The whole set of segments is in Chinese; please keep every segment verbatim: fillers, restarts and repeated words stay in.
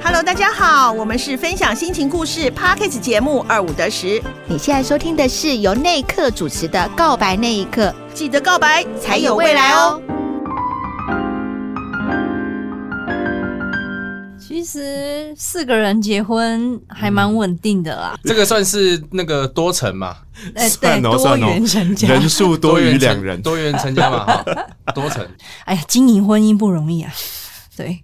Hello， 大家好，我们是分享心情故事 Podcast 节目二五得十。 你现在收听的是由内克主持的《告白那一刻》， 记得告白才有未来哦。 其实四个人结婚还蛮稳定的啦、 嗯，这个算是那个多成嘛？ 哎、对，多元成家， 人数多于两人， 多元成家嘛，多成。 哎呀，经营婚姻不容易啊，对。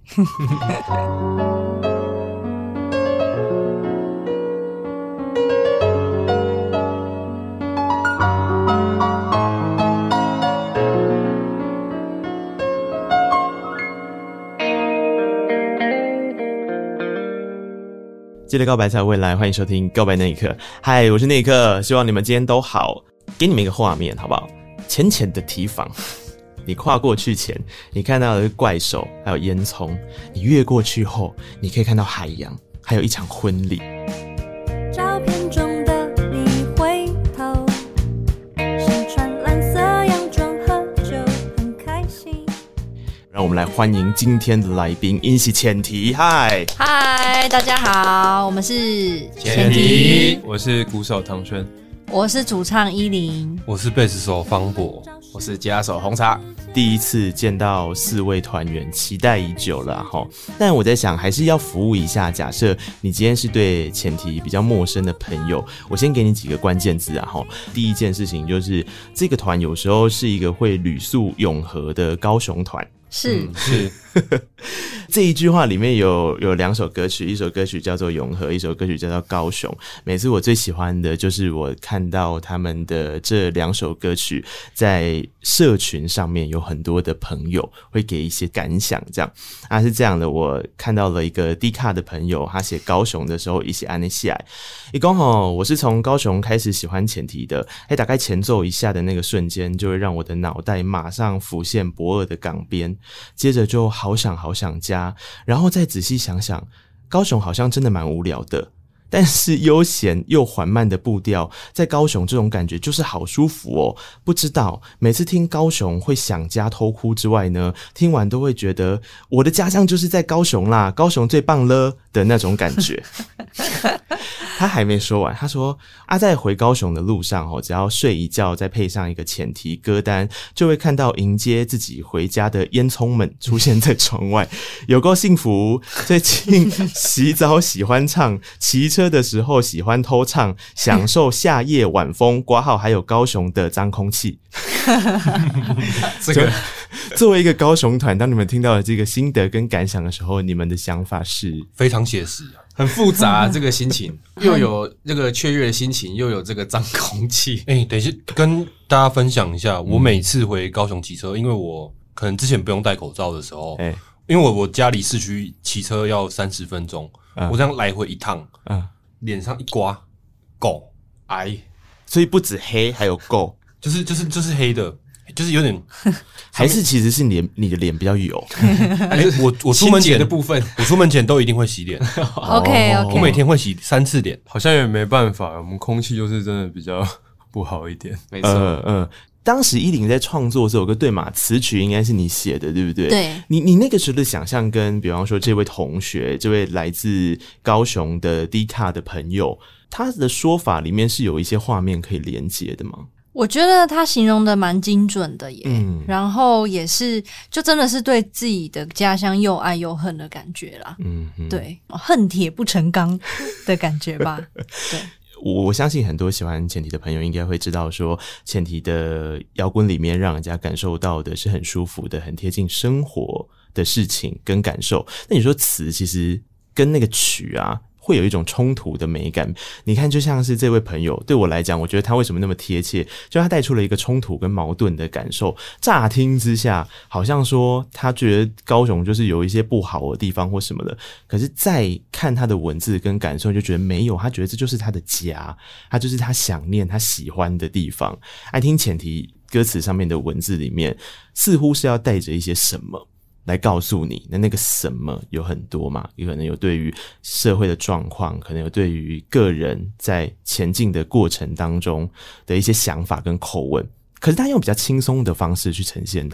记得告白才有未来，欢迎收听告白那一刻。嗨，我是那一刻，希望你们今天都好。给你们一个画面好不好？浅浅的堤防，你跨过去前，你看到的是怪手还有烟囱，你越过去后，你可以看到海洋，还有一场婚礼。 照片中的你回头，身穿蓝色洋装喝酒很开心。 让我们来欢迎今天的来宾，因喜浅堤。嗨嗨，大家好，我们是浅堤， 我是鼓手唐轩， 我是主唱依林， 我是贝斯手方博， 我是吉他手红茶。 第一次见到四位团员，期待已久了齁。但我在想，还是要服务一下。假设你今天是对浅堤比较陌生的朋友，我先给你几个关键字啊齁。第一件事情就是，这个团有时候是一个会旅宿永和的高雄团。 是、 嗯、是这一句话里面有有两首歌曲，一首歌曲叫做永和，一首歌曲叫做高雄。每次我最喜欢的就是我看到他们的这两首歌曲在社群上面有很多的朋友会给一些感想，这样啊是这样的，我看到了一个 D 卡的朋友，他写高雄的时候一起按了下来，一讲吼，我是从高雄开始喜欢浅堤的，哎，大概前奏一下的那个瞬间，就会让我的脑袋马上浮现博尔的港边。接着就好想好想家，然后再仔细想想，高雄好像真的蛮无聊的，但是悠闲又缓慢的步调，在高雄这种感觉就是好舒服哦。不知道每次听高雄会想家偷哭之外呢，听完都会觉得我的家乡就是在高雄啦，高雄最棒了的那种感觉。他还没说完，他说啊，在回高雄的路上哦，只要睡一觉，再配上一个浅堤歌单，就会看到迎接自己回家的烟囱们出现在窗外，有够幸福。最近洗澡喜欢唱，骑车的时候喜欢偷唱，享受夏夜晚风，括号还有高雄的脏空气。 这个作为一个高雄团，当你们听到了这个心得跟感想的时候，你们的想法是？ 非常写实啊， 很复杂这个心情，又有这个雀跃的心情，又有这个脏空气。 哎、欸，等一下跟大家分享一下，我每次回高雄骑车，因为我可能之前不用戴口罩的时候，欸、因为我我家离市区骑车要三十分钟、嗯，我这样来回一趟，嗯，脸上一刮，狗癌， 所以不止黑，还有垢， 就是就是就是黑的。就是有点， 还是其实是你你的脸比较油。 欸、我我出门前的部分， 我出门前都一定会洗脸。 OK OK， 我每天会洗三次脸， 好像也没办法，我们空气就是真的比较不好一点。 没错， 嗯嗯。当时依林在创作这首歌对嘛，词曲应该是你写的，对不对？ 对。 你你那个时候的想象跟，比方说这位同学，这位来自高雄的 D 卡的朋友，他的说法里面是有一些画面可以连接的吗？ 我觉得他形容的蛮精准的耶、 嗯，然后也是就真的是对自己的家乡又爱又恨的感觉啦， 嗯， 对，恨铁不成钢的感觉吧。对， 我相信很多喜欢浅堤的朋友应该会知道说，浅堤的摇滚里面让人家感受到的是很舒服的、很贴近生活的事情跟感受。那你说词其实跟那个曲啊会有一种冲突的美感。你看就像是这位朋友对我来讲，我觉得他为什么那么贴切，就他带出了一个冲突跟矛盾的感受。乍听之下好像说他觉得高雄就是有一些不好的地方或什么的，可是再看他的文字跟感受就觉得没有，他觉得这就是他的家，他就是他想念他喜欢的地方。爱听浅堤歌词上面的文字里面似乎是要带着一些什么来告诉你，那那个什么有很多嘛，有可能有对于社会的状况，可能有对于个人在前进的过程当中的一些想法跟口吻，可是他用比较轻松的方式去呈现它。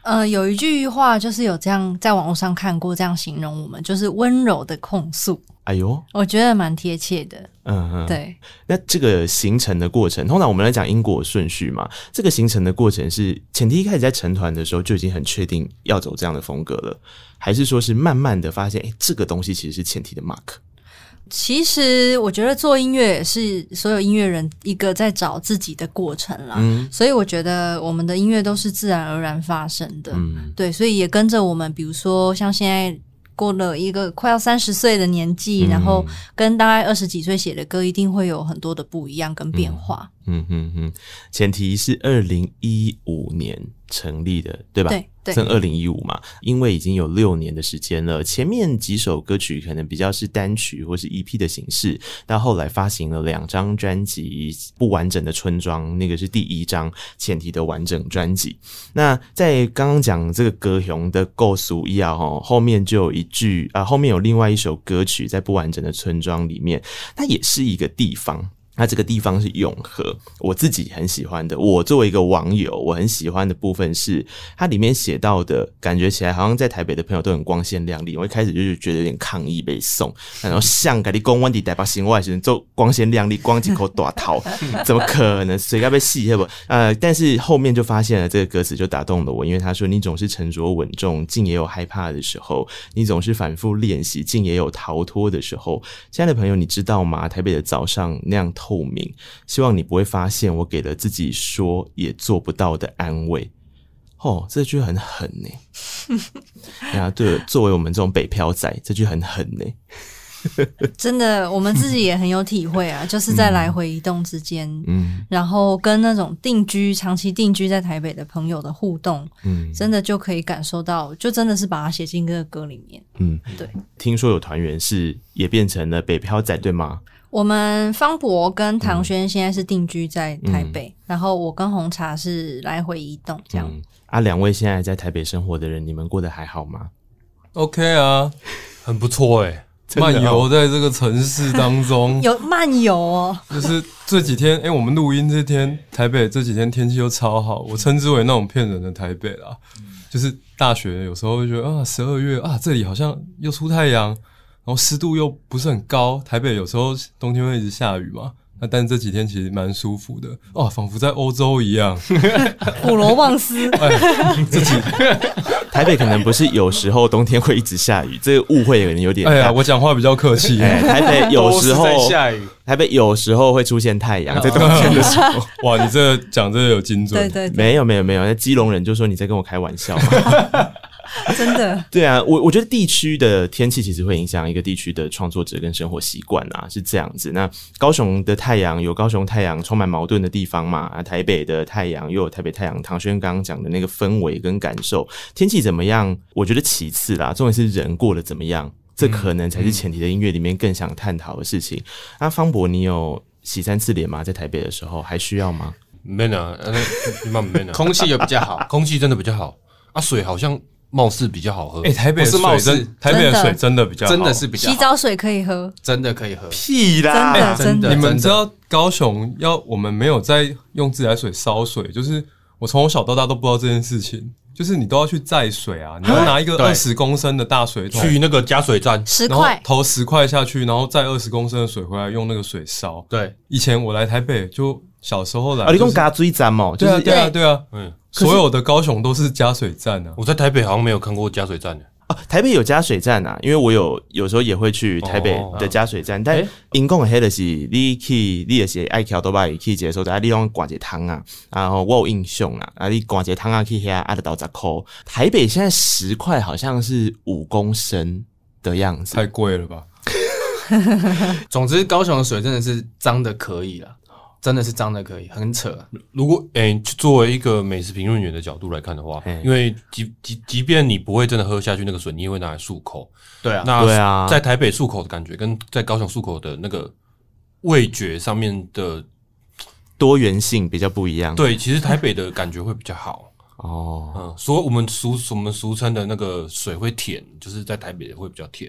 呃，有一句话就是有这样在网络上看过，这样形容我们，就是温柔的控诉。 哎呦， 我觉得蛮贴切的。 嗯嗯， 对。 那这个形成的过程，通常我们来讲因果顺序嘛，这个形成的过程是前提一开始在成团的时候就已经很确定要走这样的风格了，还是说是慢慢的发现，哎、欸，这个东西其实是前提的 mark？ 其实我觉得做音乐也是所有音乐人一个在找自己的过程啦，嗯，所以我觉得我们的音乐都是自然而然发生的，嗯，对，所以也跟着我们，比如说像现在过了一个快要三十岁的年纪，嗯，然后跟大概二十几岁写的歌一定会有很多的不一样跟变化。 嗯嗯嗯，前提是二零一五年成立的，对吧？ 对对， 正二零一五嘛，因为已经有六年的时间了。前面几首歌曲可能比较是单曲或是 E P 的形式，到后来发行了两张专辑，不完整的村庄，那个是第一张前提的完整专辑。那在刚刚讲这个歌雄的构思一样哦，后面就有一句啊，后面有另外一首歌曲在不完整的村庄里面，它也是一个地方。那这个地方是永和，我自己很喜欢的。我作为一个网友，我很喜欢的部分是它里面写到的，感觉起来好像在台北的朋友都很光鲜亮丽。我一开始就是觉得有点抗议被送，然后像跟你讲我在台北生活的时候做光鲜亮丽，光一口大头，怎么可能？谁该被戏不？呃，但是后面就发现了这个歌词就打动了我，因为他说你总是沉着稳重，竟也有害怕的时候；你总是反复练习，竟也有逃脱的时候。亲爱的朋友，你知道吗？台北的早上那样透明，希望你不会发现我给了自己说也做不到的安慰。哦，这句很狠呢、欸啊。对，作为我们这种北漂仔，这句很狠呢、欸。 真的，我们自己也很有体会啊，就是在来回移动之间，嗯，然后跟那种定居、长期定居在台北的朋友的互动，嗯，真的就可以感受到，就真的是把它写进这个歌里面，嗯，对。 听说有团员是也变成了北漂仔，对吗？ 我们方博跟唐轩现在是定居在台北，嗯、然后我跟红茶是来回移动这样。嗯、 啊，两位现在在台北生活的人，你们过得还好吗 ？OK 啊， 很不错哎、 欸，漫游在这个城市当中， 有漫游哦。 就是这几天，哎、欸，我们录音这天，台北这几天天气又超好，我称之为那种骗人的台北啦。嗯、就是大学有时候会觉得啊，十二月啊，这里好像又出太阳。然后湿度又不是很高，台北有时候冬天会一直下雨嘛，那但这几天其实蛮舒服的哦，仿佛在欧洲一样。 普罗旺斯， 哎，自己台北可能不是有时候冬天会一直下雨，这个误会可能有点大。 哎呀，我讲话比较客气、 哎。台北有时候在下雨， 台北有时候会出现太阳，在冬天的时候。 哇，你这讲这个有精准。 对对对， 没有没有没有，那基隆人就说你在跟我开玩笑嘛。 真的， 对啊，我我觉得地区的天气其实会影响一个地区的创作者跟生活习惯啊，是这样子。那高雄的太阳有高雄太阳充满矛盾的地方嘛，啊，台北的太阳又有台北太阳。唐轩刚刚讲的那个氛围跟感受，天气怎么样？我觉得其次啦，重点是人过得怎么样，这可能才是前提的音乐里面更想探讨的事情。那、嗯啊、方博，你有洗三次脸吗？在台北的时候还需要吗？ 没啊，没啊， 空气也比较好， 空气真的比较好啊，水好像。貌似比较好喝， 哎、欸，台北的水真，台北的水真的比较好， 真的是比较好， 洗澡水可以喝， 真的可以喝， 屁啦， 真的真的， 你们知道高雄要我们没有在用自来水烧水，就是我从小到大都不知道这件事情，就是你都要去载水啊，你要拿一个二十公升的大水桶去那个加水站， 十块投十块下去，然后载二十公升的水回来用那个水烧。 对， 以前我来台北就小时候来， 啊，你讲加水站哦， 对啊对啊对啊，嗯。所有的高雄都是加水站啊！ 我在台北好像没有看过加水站的啊。台北有加水站啊，因为我有有时候也会去台北的加水站，哦、但因讲的迄就是你去，你就是爱桥都摆去接受的，你用灌一汤啊，然后我有印象啦，啊，你灌一汤啊去遐啊得到十块。台北现在十块好像是五公升的样子， 太贵了吧？ 总之，高雄的水真的是脏的可以了。真的是脏的可以，很扯、啊。 如果诶、欸，作为一个美食评论员的角度来看的话，因为即即即便你不会真的喝下去那个水，你也会拿来漱口。 对啊， 那对啊， 在台北漱口的感觉跟在高雄漱口的那个味觉上面的多元性比较不一样。 对，其实台北的感觉会比较好。 哦， 嗯，所以我们俗我们俗称的那个水会甜，就是在台北会比较甜。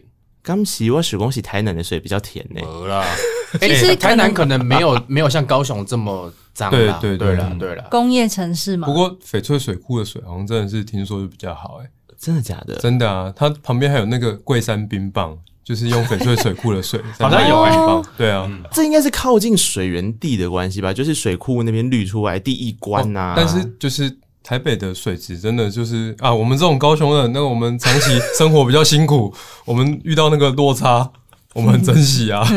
刚洗我水恭喜台南的水比较甜呢、欸。 没啦， 哎、欸，台南可能没有没有像高雄这么脏啦。 对对对啦对啦， 工业城市嘛。 不过翡翠水库的水好像真的是听说是比较好哎、欸， 真的假的？ 真的啊，它旁边还有那个桂山冰棒，就是用翡翠水库的水， 好像有哎、 欸，对啊、嗯， 这应该是靠近水源地的关系吧？就是水库那边滤出来第一关啊、哦， 但是就是台北的水质真的就是啊，我们这种高雄人，那个我们长期生活比较辛苦，我们遇到那个落差，我们很珍惜啊。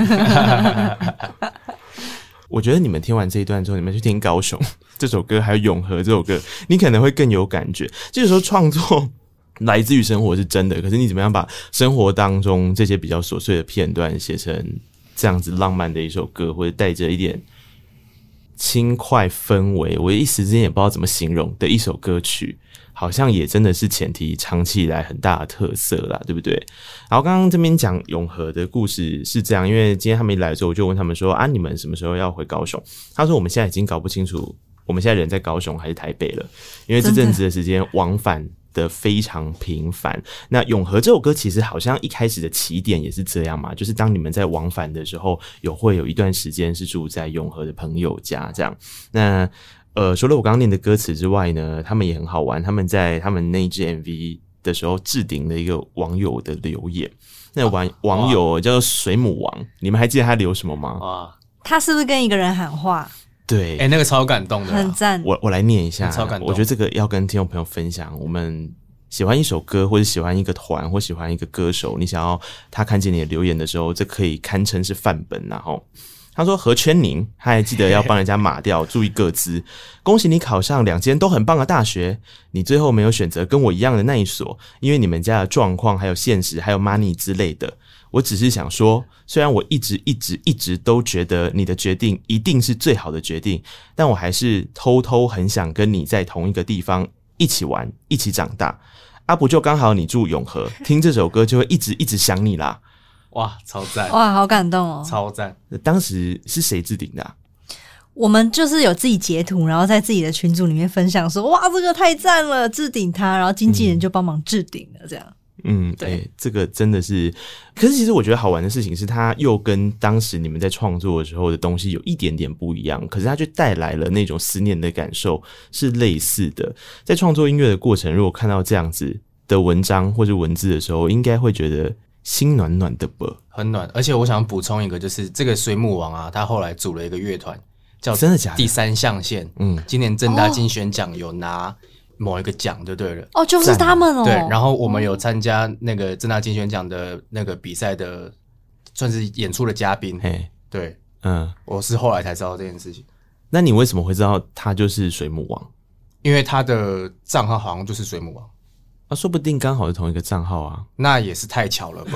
我觉得你们听完这一段之后，你们去听高雄这首歌，还有永和这首歌，你可能会更有感觉。就是说创作来自于生活是真的，可是你怎么样把生活当中这些比较琐碎的片段写成这样子浪漫的一首歌，或者带着一点轻快氛围，我一时之间也不知道怎么形容的一首歌曲，好像也真的是前提长期以来很大的特色啦，对不对？然后刚刚这边讲永和的故事是这样，因为今天他们一来的时候，我就问他们说啊，你们什么时候要回高雄？他说我们现在已经搞不清楚，我们现在人在高雄还是台北了，因为这阵子的时间往返的非常频繁。那永和这首歌其实好像一开始的起点也是这样嘛，就是当你们在往返的时候，有会有一段时间是住在永和的朋友家这样。那呃，除了我刚刚念的歌词之外呢，他们也很好玩，他们在他们那一支 M V 的时候置顶了一个网友的留言。那网网友叫做水母王，你们还记得他留什么吗？ 哇， 他是不是跟一个人喊话？ 对， 哎、欸，那个超感动的、啊， 很赞。 我我来念一下， 超感动。 我觉得这个要跟听众朋友分享。我们喜欢一首歌，或者喜欢一个团，或喜欢一个歌手，你想要他看见你的留言的时候，这可以堪称是范本然后。他说何圈宁，他还记得要帮人家码掉，注意个资。恭喜你考上两间都很棒的大学，你最后没有选择跟我一样的那一所，因为你们家的状况还有现实还有 money 之类的。我只是想说，虽然我一直一直一直都觉得你的决定一定是最好的决定，但我还是偷偷很想跟你在同一个地方一起玩，一起长大。啊，不就刚好你住永和，听这首歌就会一直一直想你啦。 哇，超赞！ 哇，好感动哦， 超赞！ 当时是谁置顶的啊？ 我们就是有自己截图，然后在自己的群组里面分享说，哇，这个太赞了，置顶他，然后经纪人就帮忙置顶了，这样。 嗯，对、欸，这个真的是，可是其实我觉得好玩的事情是，它又跟当时你们在创作的时候的东西有一点点不一样，可是它就带来了那种思念的感受是类似的。在创作音乐的过程，如果看到这样子的文章或者文字的时候，应该会觉得心暖暖的吧， 很暖。而且我想补充一个，就是这个水母王啊，他后来组了一个乐团，叫真的假的第三象限。嗯，今年政大金选奖有拿某一个奖就对了。 哦，就是他们哦。 对，然后我们有参加那个政大金选奖的那个比赛的，算是演出的嘉宾。 嘿， 对， 嗯， 我是后来才知道这件事情。 那你为什么会知道他就是水母王？ 因为他的账号好像就是水母王。 啊，说不定刚好是同一个账号啊， 那也是太巧了吧。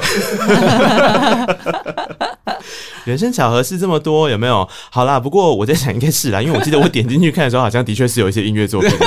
人生巧合是这么多，有没有？好啦，不过我在想应该是啦，因为我记得我点进去看的时候，好像的确是有一些音乐作品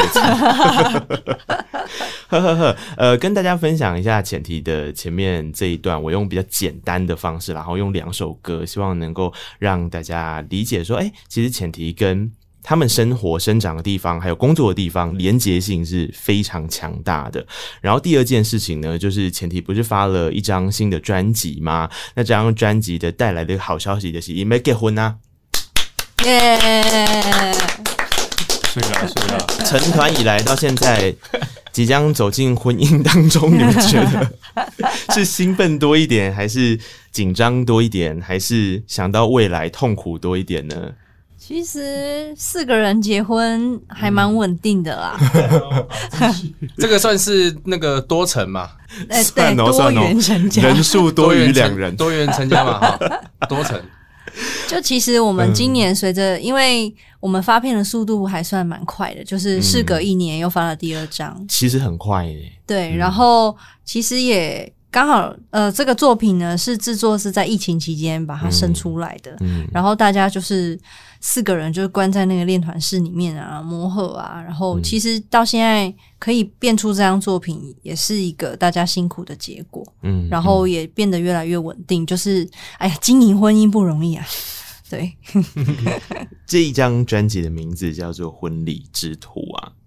呵呵呵，呃，跟大家分享一下前提的前面这一段，我用比较简单的方式，然后用两首歌，希望能够让大家理解说，哎、欸，其实前提跟他们生活生长的地方还有工作的地方连结性是非常强大的。然后第二件事情呢，就是前提不是发了一张新的专辑吗？那这张专辑的带来的好消息就是你们结婚啊， 耶、 yeah! 睡啦睡啦， 成团以来到现在即将走进婚姻当中，你们觉得是兴奋多一点，还是紧张多一点，还是想到未来痛苦多一点呢？ 其实四个人结婚还蛮稳定的啦， 这个算是那个多成嘛？ 哎、欸，对，多元成家， 人数多于两人， 多元成家嘛，多成。 就其实我们今年随着，因为我们发片的速度还算蛮快的，就是事隔一年又发了第二张， 其实很快耶。 对，然后其实也刚好，呃，这个作品呢是制作是在疫情期间把它生出来的，嗯嗯、然后大家就是四个人就是关在那个练团室里面啊，磨合啊，然后其实到现在可以变出这张作品，也是一个大家辛苦的结果，嗯，然后也变得越来越稳定，就是哎呀，经营婚姻不容易啊，对。 这一张专辑的名字叫做《婚礼之途》啊。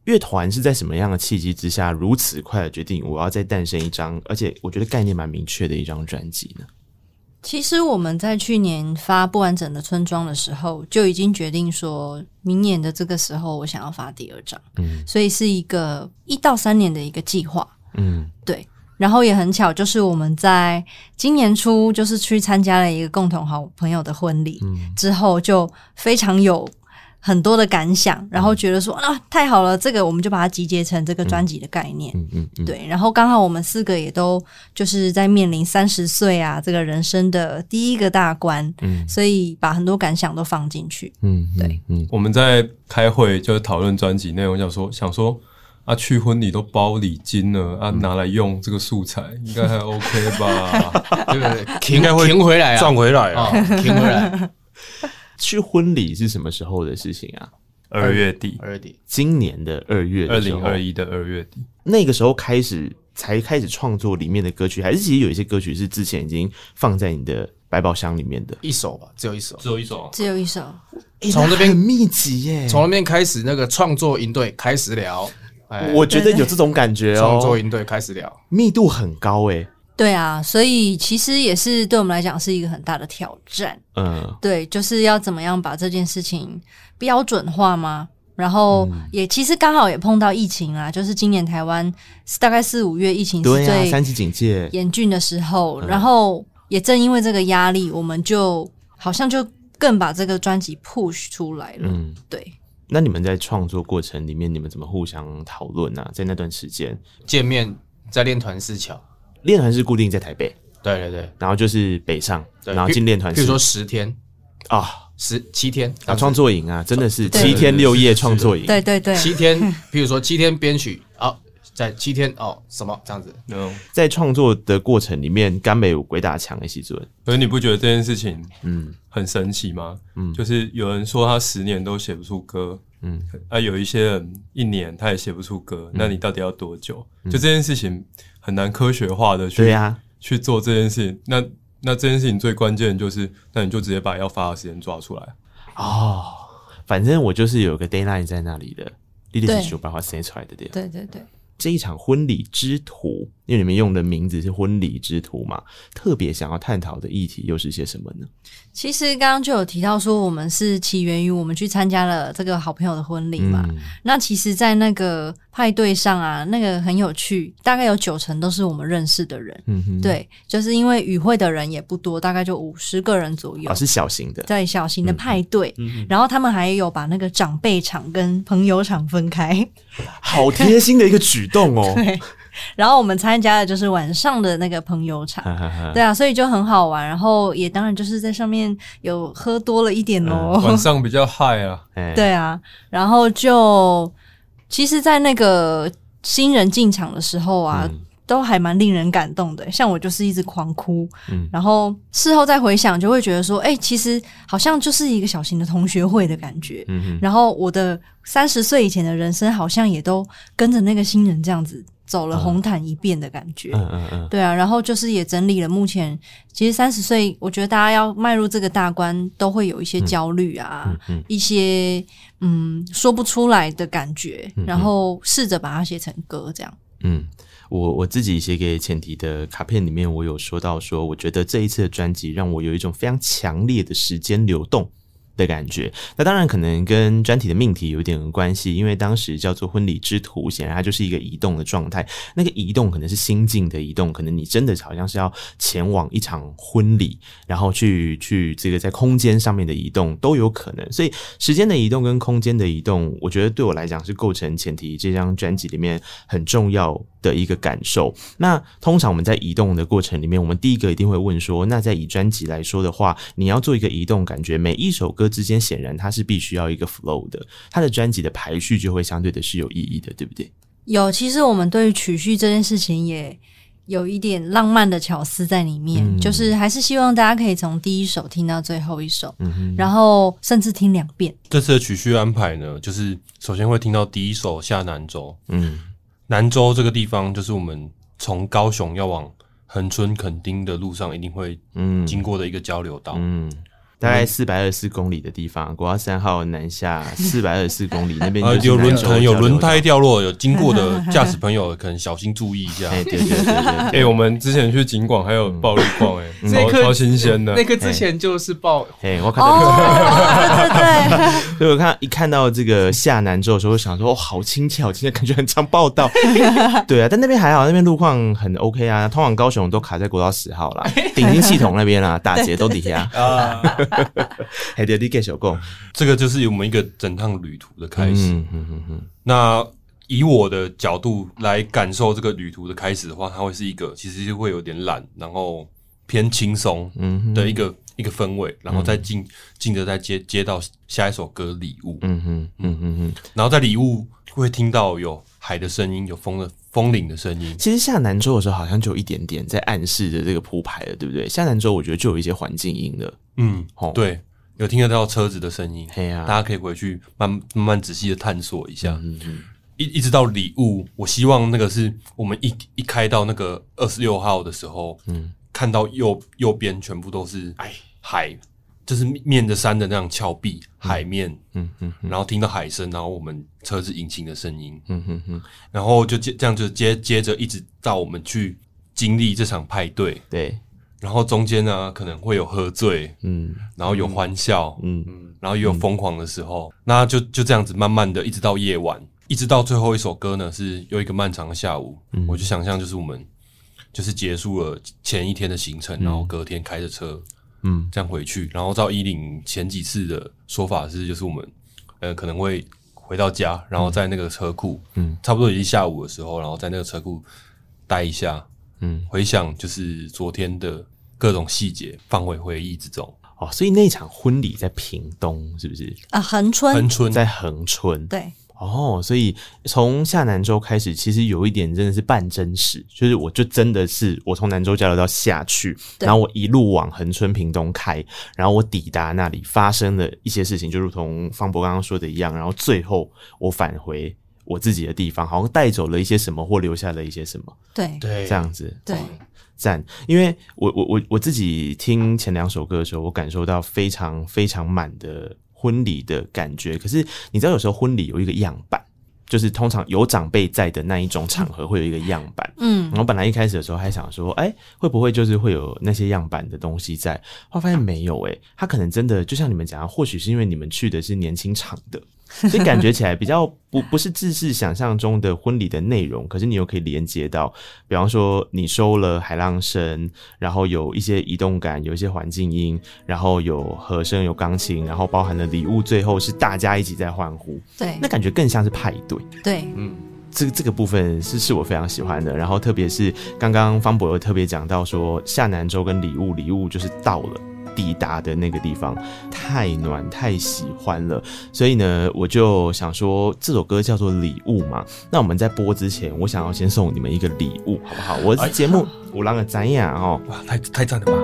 乐团是在什么样的契机之下如此快的决定我要再诞生一张，而且我觉得概念蛮明确的一张专辑呢？ 其实我们在去年发不完整的村庄的时候，就已经决定说明年的这个时候我想要发第二张，嗯，所以是一个一到三年的一个计划，嗯，对。然后也很巧，就是我们在今年初就是去参加了一个共同好朋友的婚礼，嗯，之后就非常有很多的感想，然后觉得说啊太好了，这个我们就把它集结成这个专辑的概念，嗯嗯嗯，对。然后刚好我们四个也都就是在面临三十岁啊这个人生的第一个大关，嗯，所以把很多感想都放进去，嗯，对，嗯。 我们在开会就讨论专辑内容，想说想说。啊，去婚礼都包礼金了啊，拿来用这个素材应该还 OK 吧？ 对对对，应该会停回来啊， 赚回来啊，停回来。 去婚礼是什么时候的事情啊？ 二月底， 二月底， 今年的二月的时候， 二零二一的二月底， 那个时候开始才开始创作里面的歌曲，还是其实有一些歌曲是之前已经放在你的百宝箱里面的？ 一首吧，只有一首， 只有一首， 只有一首。 从那边很密集耶， 从那边开始，那个创作营队开始聊。 我觉得有这种感觉哦， 创作营队开始聊， 密度很高诶。 对啊，所以其实也是对我们来讲是一个很大的挑战。嗯，对，就是要怎么样把这件事情标准化吗？然后也、嗯、其实刚好也碰到疫情啦，就是今年台湾大概四五月疫情是最三级警戒严峻的时候、啊，然后也正因为这个压力，我们就好像就更把这个专辑 push 出来了。嗯，对。 那你们在创作过程里面，你们怎么互相讨论啊？在那段时间见面，在练团四桥， 练团是固定在台北， 对对对， 然后就是北上，然后进练团， 比如说十天啊， 十七天啊，创作营啊，真的是七天六夜创作营， 对对对， 七天，比如说七天编曲啊。在七天哦，什么这样子？ 嗯，在创作的过程里面，甘美有鬼打墙的时阵， 可是你不觉得这件事情嗯很神奇吗？嗯，就是有人说他十年都写不出歌，嗯，啊，有一些人一年他也写不出歌，嗯、那你到底要多久？嗯、就这件事情很难科学化的去对啊去做这件事情。那那这件事情最关键的就是，那你就直接把要发的时间抓出来哦。反正我就是有个 deadline 在那里的，你得是把它写出来的，对对对对。 这一场婚礼之途，因为你们用的名字是婚礼之途嘛，特别想要探讨的议题又是些什么呢？ 其实刚刚就有提到说，我们是起源于我们去参加了这个好朋友的婚礼嘛、嗯。那其实，在那个派对上啊，那个很有趣，大概有九成都是我们认识的人。嗯哼，对，就是因为与会的人也不多，大概就五十个人左右。 哦，是小型的， 对，小型的派对、嗯。然后他们还有把那个长辈场跟朋友场分开， 好贴心的一个举动哦。 对。然后我们参加的就是晚上的那个朋友场，对啊，所以就很好玩。然后也当然就是在上面有喝多了一点咯、 嗯、晚上比较嗨啊， 对啊。然后就其实，在那个新人进场的时候啊，嗯、都还蛮令人感动的。像我就是一直狂哭，嗯、然后事后再回想，就会觉得说，哎、欸，其实好像就是一个小型的同学会的感觉。嗯、然后我的三十岁以前的人生，好像也都跟着那个新人这样子。走了红毯一遍的感觉，嗯嗯嗯，对啊，然后就是也整理了目前，其实三十岁，我觉得大家要迈入这个大关，都会有一些焦虑啊，嗯嗯嗯、一些嗯说不出来的感觉，嗯嗯、然后试着把它写成歌，这样。 嗯，我我自己写给前提的卡片里面，我有说到说，我觉得这一次的专辑让我有一种非常强烈的时间流动的感觉。那当然可能跟专题的命题有点关系，因为当时叫做婚礼之途，显然它就是一个移动的状态。那个移动可能是心境的移动，可能你真的好像是要前往一场婚礼，然后去去这个在空间上面的移动都有可能。所以时间的移动跟空间的移动，我觉得对我来讲是构成前提这张专辑里面很重要的一个感受。那通常我们在移动的过程里面，我们第一个一定会问说，那在以专辑来说的话，你要做一个移动，感觉每一首歌之间显然它是必须要一个 flow 的，它的专辑的排序就会相对的是有意义的，对不对？ 有，其实我们对于曲序这件事情也有一点浪漫的巧思在里面、嗯、就是还是希望大家可以从第一首听到最后一首、嗯、然后甚至听两遍。 这次的曲序安排呢，就是首先会听到第一首下南州，嗯，南州这个地方就是我们从高雄要往恒春垦丁的路上一定会经过的一个交流道，嗯， 大概四百二十四公里的地方，国道三号南下四百二十四公里那边呃有轮可能有轮胎掉落，有经过的驾驶朋友可能小心注意一下。 哎，对对对对，哎、 欸，我们之前去景广还有暴力逛、欸，哎、嗯，超超新鲜的。 那个之前就是爆， 哎，我看到， 哦，对对， 所以我看一看到这个下南州的时候，我想说，哦，好亲切，好亲切，感觉很常报道。对啊，但那边还好，那边路况很 OK 啊，通往高雄都卡在国道十号啦，鼎新系统那边啦，大捷都底下啊。还得你给小共， 这个就是我们一个整趟旅途的开始。 嗯嗯嗯嗯。 那以我的角度来感受这个旅途的开始的话，它会是一个其实会有点懒，然后偏轻松的一个、嗯、一个氛围，然后再进进着再接接到下一首歌《礼物》。嗯哼嗯哼哼，然后在《礼物》会听到有海的声音，有风的风铃的声音。 其实下南州的时候，好像就有一点点在暗示的这个铺排了，对不对？下南州我觉得就有一些环境音了。 嗯，对，有听得到车子的声音。嘿啊，大家可以回去慢慢慢仔细的探索一下。嗯嗯，一一直到礼物，我希望那个是我们一一开到那个二十六号的时候，嗯，看到右右边全部都是海，就是面着山的那样峭壁、海面，嗯嗯，然后听到海声，然后我们车子引擎的声音，嗯哼哼，然后就这样就接接着一直到我们去经历这场派对， 对。 然后中间呢，可能会有喝醉，嗯，然后有欢笑，嗯嗯，然后也有疯狂的时候，嗯、那就就这样子慢慢的，一直到夜晚，一直到最后一首歌呢，是有一个漫长的下午，嗯、我就想象就是我们就是结束了前一天的行程，嗯、然后隔天开着车，嗯，这样回去，然后照依林前几次的说法是，就是我们呃可能会回到家，然后在那个车库，嗯，差不多已经下午的时候，然后在那个车库待一下，嗯，回想就是昨天的各种细节，放回回忆之中。 哦，所以那场婚礼在屏东是不是？ 啊，恒春， 恒春在恒春， 对。 哦，所以从下南州开始，其实有一点真的是半真实，就是我就真的是我从南州交流道下去，然后我一路往恒春屏东开，然后我抵达那里发生了一些事情，就如同方博刚刚说的一样，然后最后我返回我自己的地方，好像带走了一些什么，或留下了一些什么， 对对，这样子， 对。 赞，因为我我我我自己听前两首歌的时候，我感受到非常非常满的婚礼的感觉。可是你知道，有时候婚礼有一个样板，就是通常有长辈在的那一种场合会有一个样板。嗯，然后本来一开始的时候还想说，哎、欸，会不会就是会有那些样板的东西在？后来发现没有、欸，哎，他可能真的就像你们讲，或许是因为你们去的是年轻场的。所以感觉起来比较不不是自是想象中的婚礼的内容，可是你又可以连接到，比方说你收了海浪声，然后有一些移动感，有一些环境音，然后有和声，有钢琴，然后包含了礼物，最后是大家一起在欢呼， 对， 那感觉更像是派对， 对， 嗯。这个这个部分是是我非常喜欢的，然后特别是刚刚方博有特别讲到说下南州跟礼物，礼物就是到了抵达的那个地方，太暖太喜欢了，所以呢我就想说这首歌叫做礼物嘛，那我们在播之前我想要先送你们一个礼物好不好？我的节目有人的知影哦， 哇太太赞了吧。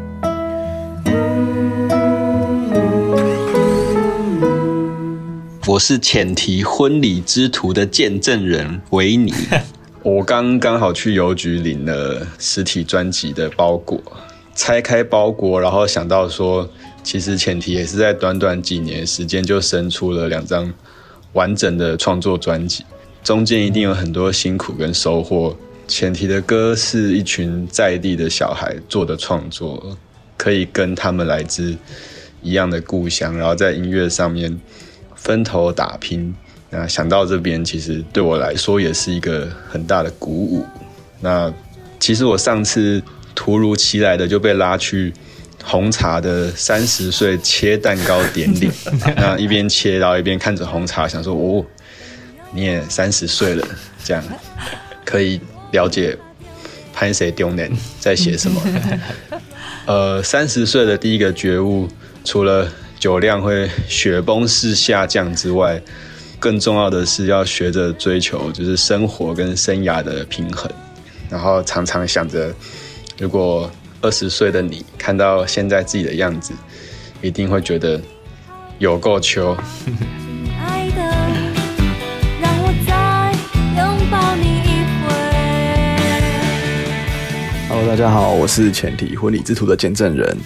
我是浅提婚礼之途的见证人维尼。我刚刚好去邮局领了实体专辑的包裹，拆开包裹，然后想到说，其实浅提也是在短短几年时间就生出了两张完整的创作专辑，中间一定有很多辛苦跟收获。浅提的歌是一群在地的小孩做的创作，可以跟他们来自一样的故乡，然后在音乐上面分头打拼。那想到这边，其实对我来说也是一个很大的鼓舞。那其实我上次突如其来的就被拉去红茶的三十岁切蛋糕典礼，那一边切，然后一边看着红茶，想说哦，你也三十岁了，这样可以了解潘谁丢年在写什么。呃，三十岁的第一个觉悟，除了酒量会雪崩式下降之外，更重要的是要学着追求就是生活跟生涯的平衡。然后常常想着，如果二十岁的你看到现在自己的样子，一定会觉得有够秋。 爱的，让我再拥抱你一回。 Hello， 大家好，我是浅提婚礼之途的见证人。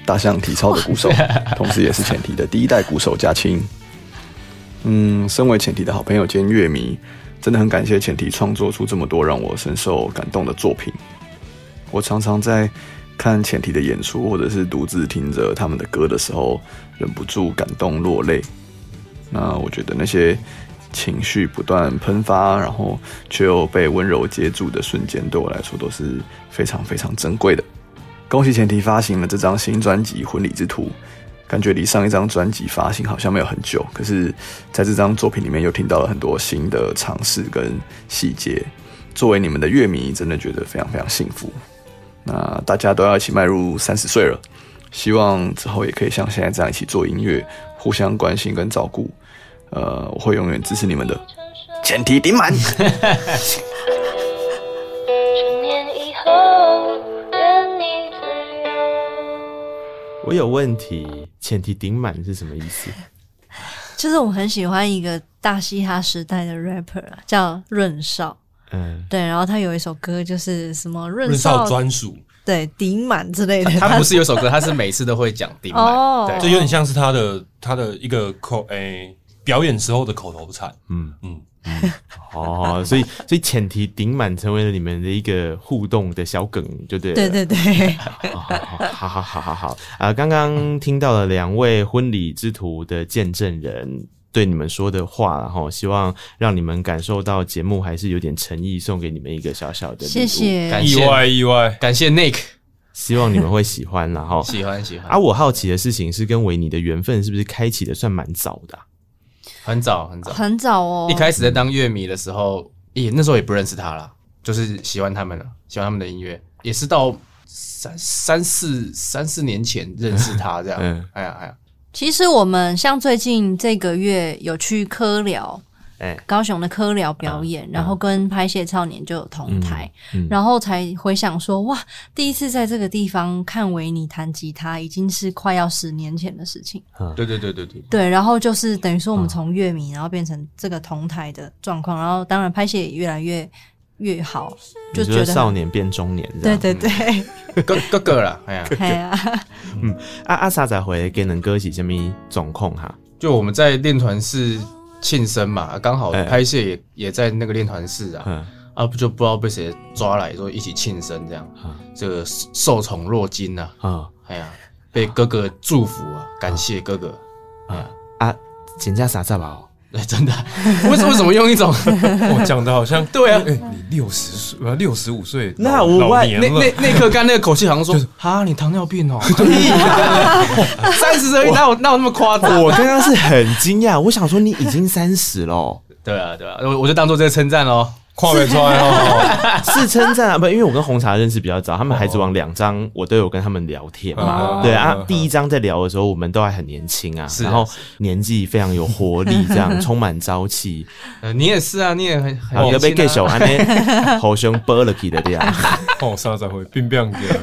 大象体操的鼓手，同时也是前提的第一代鼓手嘉青。嗯，身为前提的好朋友兼乐迷，真的很感谢前提创作出这么多让我深受感动的作品。我常常在看前提的演出，或者是独自听着他们的歌的时候，忍不住感动落泪。那我觉得那些情绪不断喷发，然后却又被温柔接住的瞬间，对我来说都是非常非常珍贵的。恭喜前提发行了这张新专辑《婚礼之途》，感觉离上一张专辑发行好像没有很久，可是在这张作品里面又听到了很多新的尝试跟细节。作为你们的乐迷，真的觉得非常非常幸福。那大家都要一起迈入三十岁了，希望之后也可以像现在这样一起做音乐，互相关心跟照顾。呃，我会永远支持你们的，前提顶满。 我有问题，前提顶满是什么意思？ 就是我很喜欢一个大嘻哈时代的 rapper 叫润少，嗯，对，然后他有一首歌就是什么润少专属，对，顶满之类的。 他, 他不是有首歌，他是每次都会讲顶满，哦，对， 这有点像是他的他的一个口诶。欸表演时候的口头禅，嗯嗯嗯，哦，所以所以前提顶满成为了你们的一个互动的小梗，就对了， 对对对， 好好好好好啊！刚刚听到了两位婚礼之途的见证人对你们说的话，然后希望让你们感受到节目还是有点诚意，送给你们一个小小的礼物， 谢谢， 感谢意外意外， 感谢 Nick， 希望你们会喜欢，然后喜欢喜欢啊！我好奇的事情是跟维尼的缘分是不是开启的算蛮早的，啊？ 很早很早很早哦！ 一开始在当乐迷的时候，也那时候也不认识他啦，就是喜欢他们了，喜欢他们的音乐，也是到三三四三四年前认识他这样。嗯，哎呀哎呀， 其实我们像最近这个月有去科寮。欸、高雄的科寮表演，嗯、然后跟拍戏少年就有同台，嗯嗯、然后才回想说，哇，第一次在这个地方看维尼弹吉他，已经是快要十年前的事情。 嗯、对对对对对， 对，然后就是等于说我们从乐迷，然后变成这个同台的状况，然后当然拍戏也越来越越好，就觉得少年变中年， 对对对， 哥哥哥啦，哎呀， 哎呀， 嗯，啊啊，啥才回给能歌是什么状况哈？ 就我们在练团室。庆生嘛，刚好拍摄也、欸、也在那个练团室啊，嗯、啊就不知道被谁抓来说一起庆生这样，嗯、这个受宠若惊啊，嗯、哎呀，被哥哥祝福啊，感谢哥哥， 嗯、啊啊，真正傻傻吧？ 对，真的，为什么为什么用一种我讲的好像对啊， 欸、你六十岁，六十五岁， 那我老年了， 那那那刻刚那个口气好像说，哈、就是，你糖尿病哦，三十而已，哪有哪有那么夸张？ 我刚刚是很惊讶，我想说你已经三十了， 对啊对啊，我我就当做这个称赞喽。 跨没出来哦， 是称赞啊，不，因为我跟红茶认识比较早，他们孩子王两张我都有跟他们聊天嘛，哦、对啊，哦、第一张在聊的时候，我们都还很年轻啊，然后年纪非常有活力，这样充满朝气。 呃，你也是啊，你也很很年轻啊。被介绍安尼，好像剥了起的这样。 哦，三十岁变变的。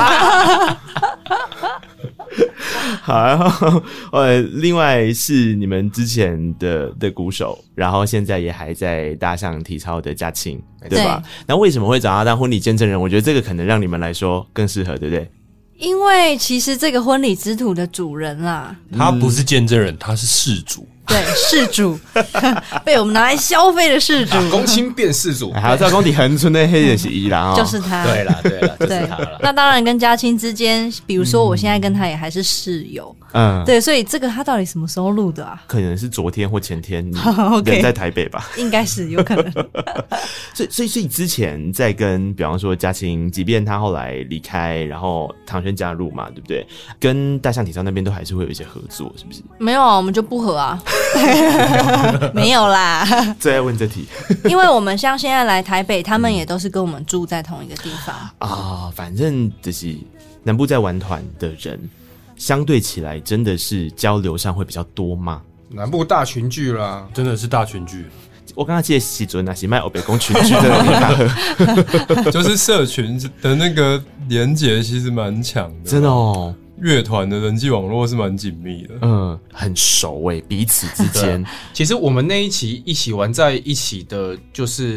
好，然后呃，另外是你们之前的的鼓手，然后现在也还在大象体操的嘉庆，对吧？那为什么会找他当婚礼见证人？我觉得这个可能让你们来说更适合，对不对？ 因为其实这个婚礼之途的主人啦， 他不是见证人，他是事主。 对，事主被我们拿来消费的事主， 公亲变事主， 还有在工体恒春的黑人是依啦， 就是他， 对啦对啦，就是他了。 那当然跟嘉青之间，比如说我现在跟他也还是室友，嗯，对，所以这个他到底什么时候录的啊？ 可能是昨天或前天，你人在台北吧？ 应该是有可能。 所以所以所以之前在跟，比方说嘉青，即便他后来离开，然后唐轩加入嘛，对不对？跟大象体操那边都还是会有一些合作，是不是？ 没有啊，我们就不合啊。没有啦， 最爱问这题， 因为我们像现在来台北，他们也都是跟我们住在同一个地方啊、哦。反正就是南部在玩团的人，相对起来真的是交流上会比较多嘛。 南部大群聚啦， 真的是大群聚。 我刚刚记得喜准啊，喜卖欧北宫群聚在那里， 就是社群的那个连结其实蛮强的， 真的哦。 乐团的人际网络是蛮紧密的， 嗯，很熟诶、欸，彼此之间。 其实我们那一期一起玩在一起的，就是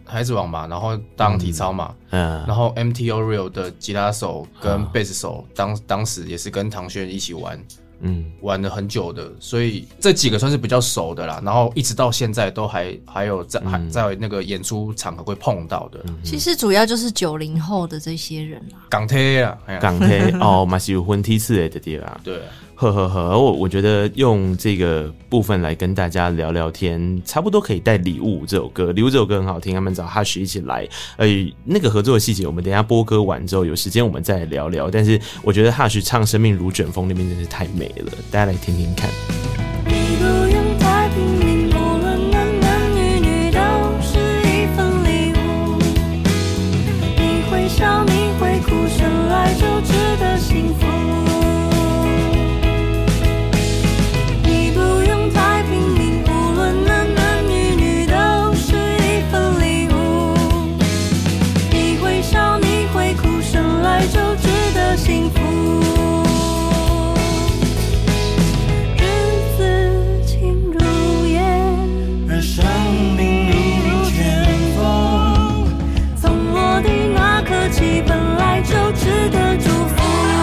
孩子王嘛，然后当体操嘛，嗯，然后 M T O Real 的吉他手跟贝斯手，当当时也是跟唐轩一起玩。嗯，玩了很久的，所以这几个算是比较熟的啦。然后一直到现在都还还有在、嗯、还在那个演出场合会碰到的。 其实主要就是九零后的这些人啦， 港铁啊， 港铁哦，嘛是有分梯次的对吧？ 对。 呵呵呵，我我觉得用这个部分来跟大家聊聊天，差不多可以带《礼物》这首歌，《礼物》这首歌很好听，他们找 Hush 一起来，呃，那个合作的细节，我们等一下播歌完之后有时间我们再来聊聊。但是我觉得 Hush 唱《生命如卷风》那边真是太美了，大家来听听看。 你不用太拼命，无论男男女女都是一份礼物。你会笑，你会哭，生来就值得幸福。幸福，日子轻如烟，而生命如卷风。从落地那刻起，本来就值得祝福。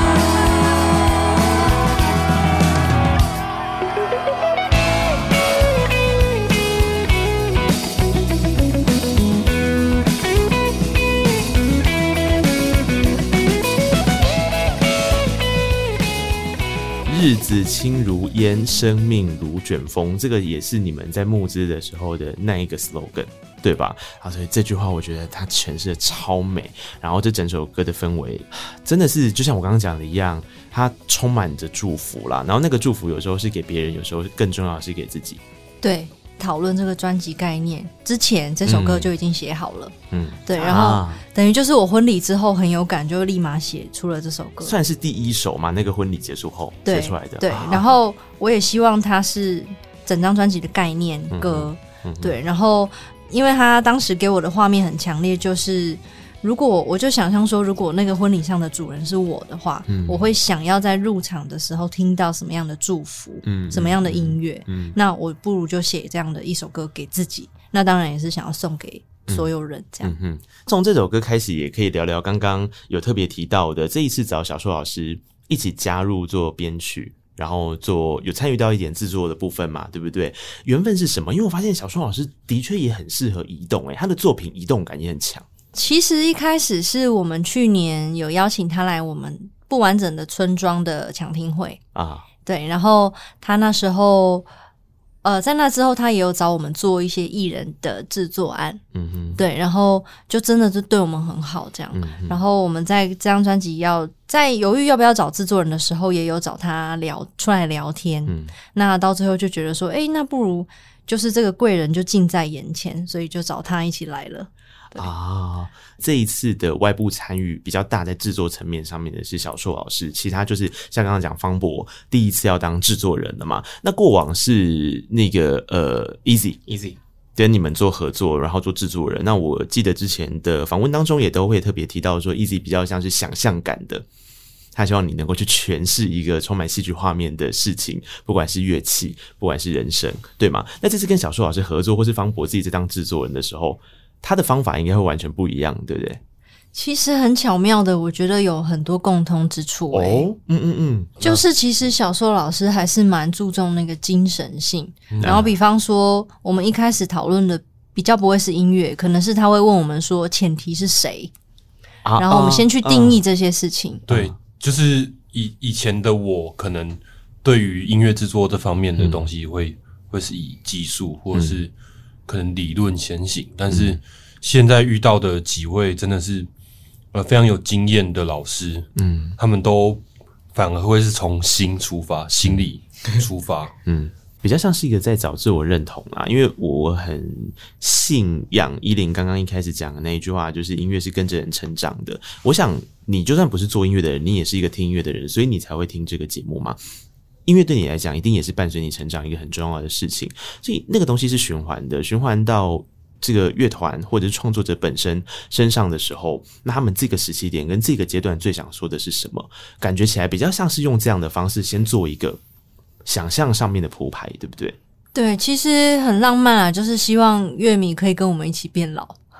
日子轻如烟，生命如卷风，这个也是你们在募资的时候的那一个 slogan， 对吧？啊，所以这句话我觉得它诠释的超美，然后这整首歌的氛围真的是就像我刚刚讲的一样，它充满着祝福啦。然后那个祝福有时候是给别人，有时候更重要的是给自己。 对。讨论这个专辑概念之前，这首歌就已经写好了。嗯，对，然后、啊、等于就是我婚礼之后很有感，就立马写出了这首歌， 算是第一首嘛。那个婚礼结束后写出来的。 对， 啊、 然后我也希望它是整张专辑的概念歌。嗯嗯、对，然后因为他当时给我的画面很强烈，就是如果我就想象说，如果那个婚礼上的主人是我的话，嗯、我会想要在入场的时候听到什么样的祝福，嗯、什么样的音乐，嗯、那我不如就写这样的一首歌给自己。那当然也是想要送给所有人这样。 嗯嗯、从这首歌开始，也可以聊聊刚刚有特别提到的，这一次找小树老师一起加入做编曲。然后做有参与到一点制作的部分嘛，对不对？缘分是什么？因为我发现小树老师的确也很适合移动，欸，他的作品移动感也很强。 其实一开始是我们去年有邀请他来我们不完整的村庄的抢听会啊，对，然后他那时候呃，在那之后他也有找我们做一些艺人的制作案，嗯哼，对，然后就真的是对我们很好这样，嗯、然后我们在这张专辑要在犹豫要不要找制作人的时候，也有找他聊出来聊天，嗯，那到最后就觉得说，哎，那不如就是这个贵人就近在眼前，所以就找他一起来了。 啊，这一次的外部参与比较大，在制作层面上面的是小树老师，其他就是像刚刚讲方博第一次要当制作人了嘛。那过往是那个呃 Easy Easy 跟你们做合作，然后做制作人。那我记得之前的访问当中也都会特别提到说 Easy 比较像是想象感的，他希望你能够去诠释一个充满戏剧画面的事情，不管是乐器，不管是人声，对吗？那这次跟小树老师合作，或是方博自己在当制作人的时候，他的方法应该会完全不一样，对不对？ 其实很巧妙的，我觉得有很多共通之处，欸。哦，嗯嗯嗯，就是其实小树老师还是蛮注重那个精神性。嗯、然后比方说，我们一开始讨论的比较不会是音乐，可能是他会问我们说前提是谁，啊、然后我们先去定义这些事情。 啊啊、对，就是以以前的我可能对于音乐制作这方面的东西会、嗯、会是以技术或者是可能理论先行，但是现在遇到的几位真的是呃非常有经验的老师，嗯，他们都反而会是从心出发，心理出发， 嗯，比较像是一个在找自我认同啦。因为我很信仰依林刚刚一开始讲的那一句话，就是音乐是跟着人成长的。我想你就算不是做音乐的人，你也是一个听音乐的人，所以你才会听这个节目嘛。音乐对你来讲一定也是伴随你成长一个很重要的事情，所以那个东西是循环的，循环到这个乐团或者是创作者本身身上的时候，那他们这个时期点跟这个阶段最想说的是什么，感觉起来比较像是用这样的方式先做一个想象上面的铺排，对不对？ 对，其实很浪漫啊，就是希望乐迷可以跟我们一起变老。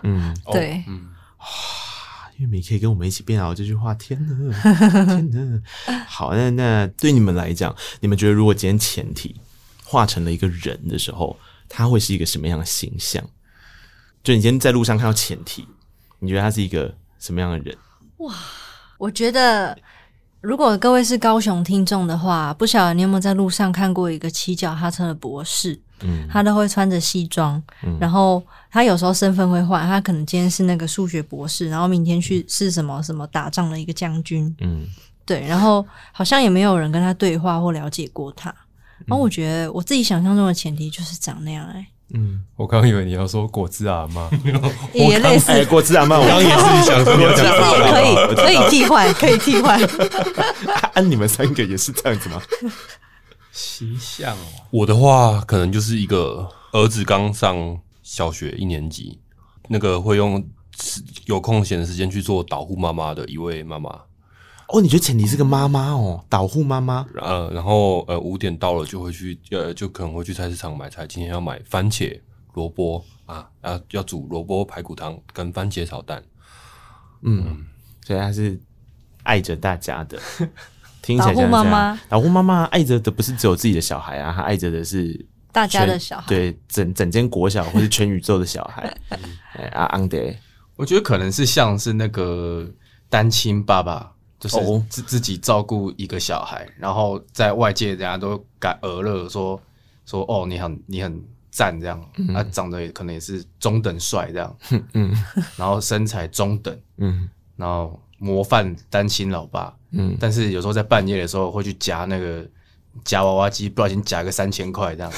嗯，对，嗯， 哇，玉米可以跟我们一起变老这句话，天哪，天哪！好，那那对你们来讲，你们觉得如果今天前提化成了一个人的时候，他会是一个什么样的形象？就你今天在路上看到前提，你觉得他是一个什么样的人？ 哇，我觉得。如果各位是高雄听众的话，不晓得你有没有在路上看过一个骑脚踏车的博士，嗯，他都会穿着西装，嗯，然后他有时候身份会换，他可能今天是那个数学博士，然后明天去是什么什么打仗的一个将军，嗯，对，然后好像也没有人跟他对话或了解过他，然后我觉得我自己想象中的前提就是长那样哎。 嗯，我刚刚以为你要说果汁阿嬷， 也类似、 欸、果汁阿嬷，我刚刚也是想说你要讲这个， 可以可以替换，可以替换。 啊，你们三个也是这样子吗？ 形象哦，我的话可能就是一个儿子刚上小学一年级，那个会用有空闲的时间去做导护妈妈的一位妈妈。 哦，你觉得前提是个妈妈哦，导护妈妈。 呃，然后呃五点到了就会去，呃，就可能会去菜市场买菜。今天要买番茄、萝卜啊，要要煮萝卜排骨汤跟番茄炒蛋。 嗯，嗯所以他是爱着大家的，听起来像导护妈妈。 导护妈妈爱着的不是只有自己的小孩啊，她爱着的是大家的小孩， 对，整整间国小或是全宇宙的小孩。嗯、啊，安德， 我觉得可能是像是那个单亲爸爸。就是自自己照顾一个小孩，然后在外界人家都感讹乐说说哦你很你很赞这样，他、嗯啊、长得也可能也是中等帅这样，嗯，然后身材中等，嗯，然后模范单亲老爸，嗯，但是有时候在半夜的时候会去夹那个夹娃娃机，不小心夹个三千块这样，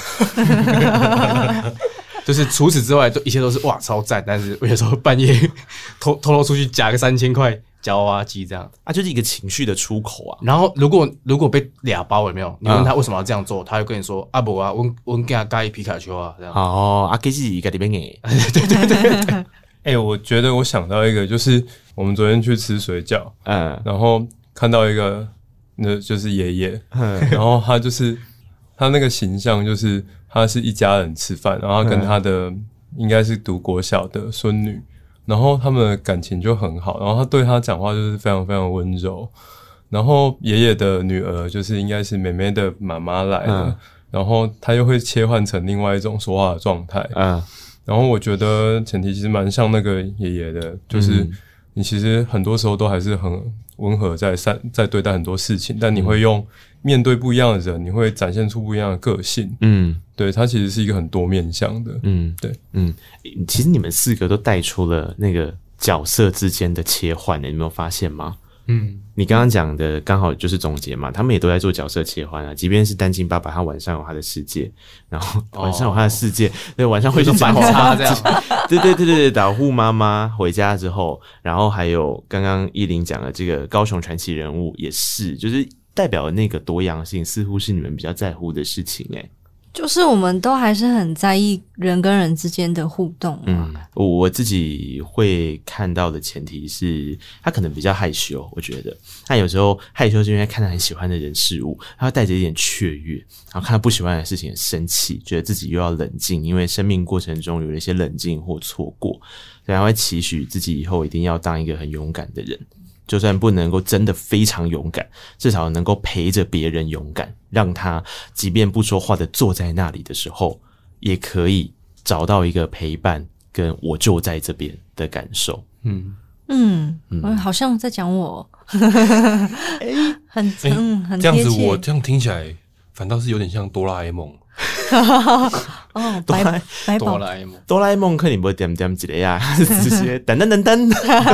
就是除此之外都一切都是哇超赞，但是有时候半夜偷偷偷出去夹个三千块。夹娃娃机这样啊，就是一个情绪的出口啊。 然后如果如果被俩包有没有？你问他为什么要这样做，他会跟你说啊不啊，我我给他盖皮卡丘啊这样。 哦，啊，给自己一个里面给。 对对对对。 哎、欸，我觉得我想到一个，就是我们昨天去吃水饺，嗯，然后看到一个，那就是爷爷，嗯，然后他就是他那个形象就是他是一家人吃饭，然后跟他的、嗯、应该是读国小的孙女。然后他们的感情就很好，然后他对他讲话就是非常非常温柔。然后爷爷的女儿就是应该是妹妹的妈妈来的，嗯、然后他又会切换成另外一种说话的状态。嗯，然后我觉得前提其实蛮像那个爷爷的，就是你其实很多时候都还是很温和在善在对待很多事情，但你会用面对不一样的人，你会展现出不一样的个性。嗯，对，他其实是一个很多面向的。嗯，对， 嗯，其实你们四个都带出了那个角色之间的切换，你有没有发现吗？嗯，你刚刚讲的刚好就是总结嘛，他们也都在做角色切换啊。即便是单亲爸爸，他晚上有他的世界，然后晚上有他的世界，对，晚上会去反差这样。对对对对，导护妈妈回家之后，然后还有刚刚依林讲的这个高雄传奇人物，也是，就是代表的那个多样性，似乎是你们比较在乎的事情、欸，哎。 就是我们都还是很在意人跟人之间的互动、啊。嗯， 我自己会看到的前提是，他可能比较害羞。我觉得他有时候害羞是因为看到很喜欢的人事物，他会带着一点雀跃，然后看到不喜欢的事情很生气，觉得自己又要冷静，因为生命过程中有了一些冷静或错过，然后会期许自己以后一定要当一个很勇敢的人。就算不能够真的非常勇敢，至少能够陪着别人勇敢，让他即便不说话的坐在那里的时候，也可以找到一个陪伴跟我就在这边的感受。嗯嗯嗯，好像在讲我，欸、很嗯很这样子，我这样听起来反倒是有点像哆啦 A 梦。 哦，哆啦哆啦 A 梦， 哆啦 A 梦肯定不会点点一个呀，直接等等等等。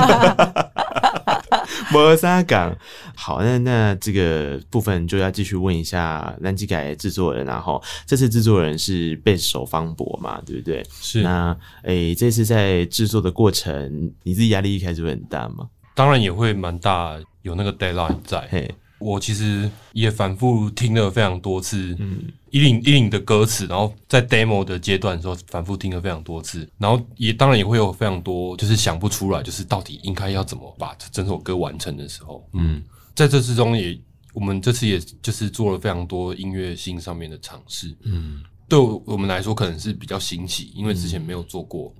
没啥讲，好，那那这个部分就要继续问一下南极改制作人，然后这次制作人是贝斯手方博嘛，对不对？ 是。 那诶，这次在制作的过程，你自己压力一开始会很大吗？ 当然也会蛮大，有那个 deadline 在。嘿，我其实也反复听了非常多次，嗯，一零一零的歌词，然后在 demo 的阶段的时候反复听了非常多次，然后也当然也会有非常多就是想不出来，就是到底应该要怎么把整首歌完成的时候，嗯，在这之中也我们这次也就是做了非常多音乐性上面的尝试，嗯，对我们来说可能是比较新奇，因为之前没有做过，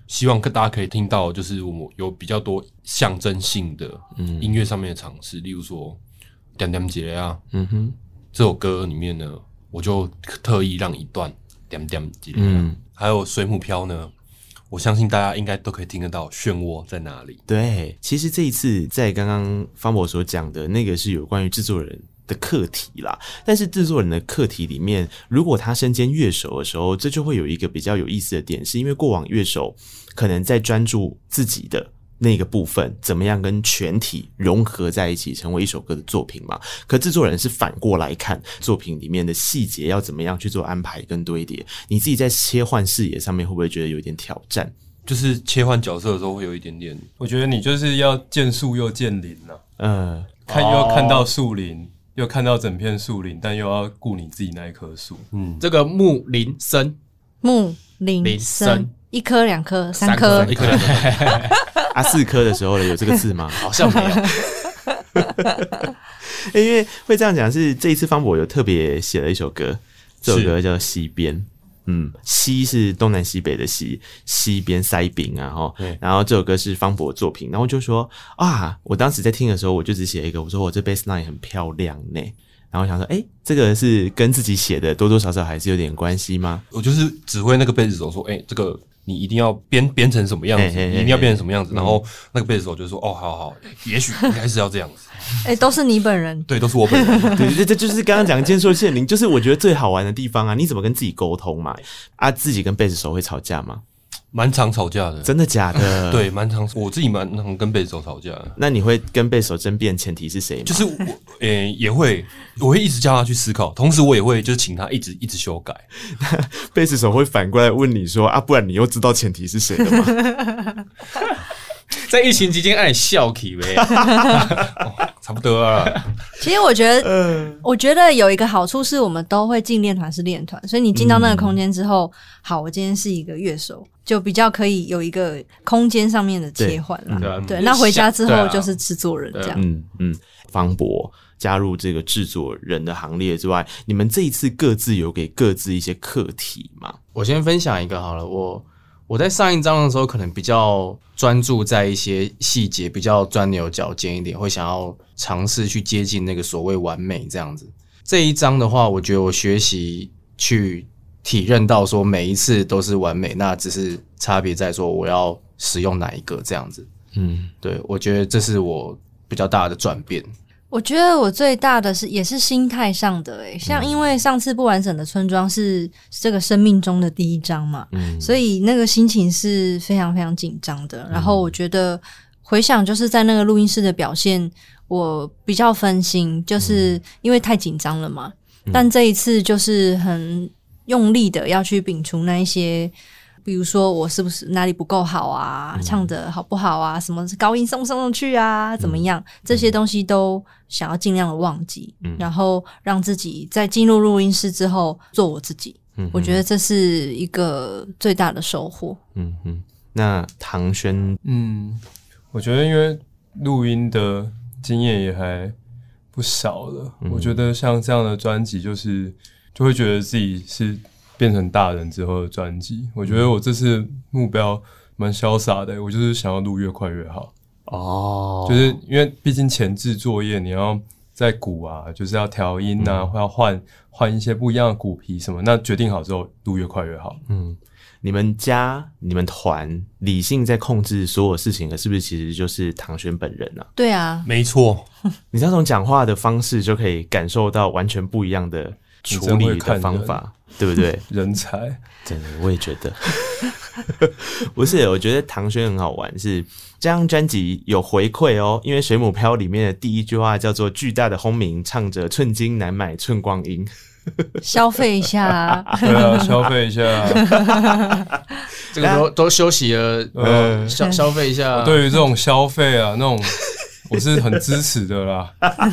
希望大家可以听到，就是我们有比较多象征性的音乐上面的尝试，嗯、例如说《点点节》啊，嗯哼，这首歌里面呢，我就特意让一段《点点节》，嗯，还有《水母漂》呢。我相信大家应该都可以听得到漩涡在哪里。 对，其实这一次在刚刚方博所讲的那个是有关于制作人的课题啦，但是制作人的课题里面，如果他身兼乐手的时候，这就会有一个比较有意思的点，是因为过往乐手可能在专注自己的那个部分怎么样跟全体融合在一起成为一首歌的作品嘛，可制作人是反过来看作品里面的细节要怎么样去做安排跟堆叠，你自己在切换视野上面会不会觉得有点挑战？ 就是切换角色的时候会有一点点， 我觉得你就是要见树又见林啊，嗯，看又看到树林、哦、又看到整片树林，但又要顾你自己那一棵树。 嗯，这个木林森， 木林森，一颗两颗三颗， 一颗两颗。 啊，四颗的时候了，有这个字吗？ 好像没有。 因为会这样讲，是这一次方博有特别写了一首歌，这首歌叫《西边》。嗯，西是东南西北的西，西边塞饼啊，齁。然后这首歌是方博作品，然后就说啊，我当时在听的时候，我就只写一个，我说我这 bassline 很漂亮呢。然后想说，哎、欸，这个是跟自己写的，多多少少还是有点关系吗？ 我就是指挥那个贝斯手说，哎、欸，这个你一定要编编成什么样子，嘿嘿嘿嘿，你一定要编成什么样子。然后那个贝斯手就说，哦，好好，也许应该是要这样子。 哎、欸，都是你本人， 对，都是我本人。 对，这这就是刚刚讲剑术陷阱，就是我觉得最好玩的地方啊！你怎么跟自己沟通嘛？啊，自己跟贝斯手会吵架吗？ 蛮常吵架的， 真的假的？ 对，蛮常，我自己蛮常跟贝斯手吵架的。 那你会跟贝斯手争辩前提是谁吗？ 就是我，诶、欸，也会，我会一直叫他去思考，同时我也会就是请他一直一直修改。 贝斯手会反过来问你说啊，不然你又知道前提是谁了吗？ 在疫情期间，爱笑起呗， 差不多啊。 其实我觉得，呃、我觉得有一个好处是我们都会进练团是练团，所以你进到那个空间之后，嗯、好，我今天是一个乐手，就比较可以有一个空间上面的切换啦。对，嗯、对，那回家之后就是制作人这样。 嗯嗯，方博加入这个制作人的行列之外，你们这一次各自有给各自一些课题吗？ 我先分享一个好了，我。我在上一章的时候，可能比较专注在一些细节，比较钻牛角尖一点，会想要尝试去接近那个所谓完美这样子。这一章的话，我觉得我学习去体认到说每一次都是完美，那只是差别在说我要使用哪一个这样子。嗯，对，我觉得这是我比较大的转变。 我觉得我最大的是也是心态上的诶、欸，像因为上次不完整的村庄是这个生命中的第一章嘛，嗯，所以那个心情是非常非常紧张的。然后我觉得回想就是在那个录音室的表现，我比较分心，就是因为太紧张了嘛。嗯、但这一次就是很用力的要去摒除那一些。比如说我是不是哪里不够好啊、嗯、唱得好不好啊，什么高音送不送上去啊、嗯、怎么样，这些东西都想要尽量的忘记、嗯、然后让自己在进入录音室之后做我自己、嗯、我觉得这是一个最大的收获。 嗯嗯，那唐轩， 嗯，我觉得因为录音的经验也还不少了、嗯、我觉得像这样的专辑就是就会觉得自己是变成大人之后的专辑，我觉得我这次目标蛮潇洒的，我就是想要录越快越好。哦，就是因为毕竟前置作业你要在鼓啊，就是要调音啊，或、嗯、要换换一些不一样的鼓皮什么，那决定好之后录越快越好。 嗯，你们家、你们团理性在控制所有事情的，是不是其实就是唐轩本人啊？ 对啊， 没错。 你这种讲话的方式就可以感受到完全不一样的处理的方法。对不对？ 人才， 真的，我也觉得。不是，我觉得唐轩很好玩，是这张专辑有回馈哦，因为《水母漂》里面的第一句话叫做“巨大的轰鸣，唱着寸金难买寸光阴”， 消费一下， 对啊，消费一下， 这个都都休息了，呃，消消费一下。 对于这种消费啊，那种我是很支持的啦。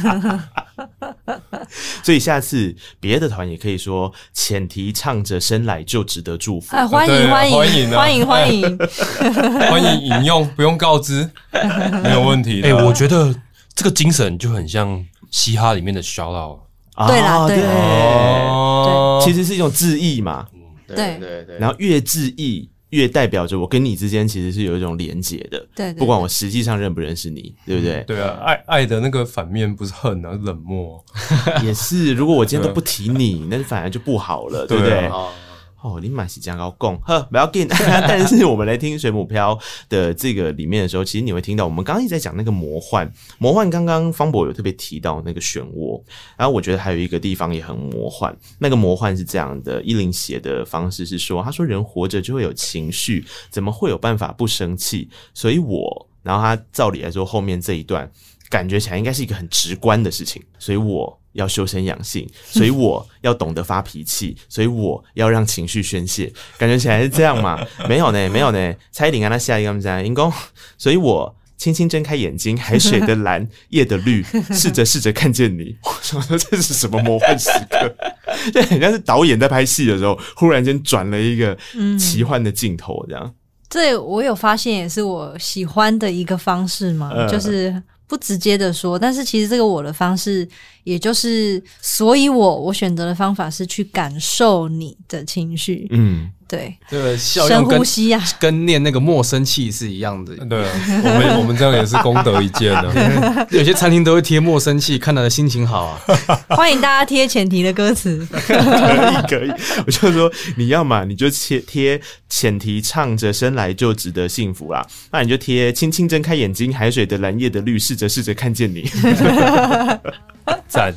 所以下次别的团也可以说，前提唱着生来就值得祝福。 啊、欢迎、啊、欢迎欢迎、啊、欢迎欢迎欢迎引用，不用告知，没有问题的。 哎、欸，我觉得这个精神就很像嘻哈里面的 shout out。 对啦，对， 哦、对，其实是一种致意嘛。 对对对。 然后越致意越代表着我跟你之间其实是有一种连结的， 对， 对， 对， 不管我实际上认不认识你，对不对？ 对啊，爱爱的那个反面不是恨啊，冷漠。 也是，如果我今天都不提你，那反而就不好了，对不对？ 啊哦，你买是这样高供，呵，不要紧。但是我们来听水母漂的这个里面的时候，其实你会听到我们刚刚一直在讲那个魔幻，魔幻刚刚方博有特别提到那个漩涡，然后我觉得还有一个地方也很魔幻，那个魔幻是这样的，依林写的方式是说，他说人活着就会有情绪，怎么会有办法不生气？所以我，然后他照理来说后面这一段感觉起来应该是一个很直观的事情，所以我要修身养性，所以我要懂得发脾气，所以我要让情绪宣泄，感觉起来是这样嘛？没有呢，没有呢。蔡依林跟他下一个怎么讲？因公，所以我轻轻睁开眼睛，海水的蓝，夜的绿，试着试着看见你。我想说这是什么魔幻时刻？这很像是导演在拍戏的时候，忽然间转了一个奇幻的镜头，这样。嗯、 这我有发现，也是我喜欢的一个方式嘛，呃、就是不直接的说，但是其实这个我的方式，也就是所以我我选择的方法是去感受你的情绪，嗯，对， 这个效深用跟呼吸啊， 跟念那个莫生气是一样的。 对啊，我们我们这样也是功德一件的。 有些餐厅都会贴莫生气，看到的心情好啊。 欢迎大家贴前提的歌词， 可以可以。我就说你要嘛，你就贴贴前提唱着生来就值得幸福啦，那你就贴轻轻睁开眼睛，海水的蓝，夜的绿，试着试着看见你。 赞。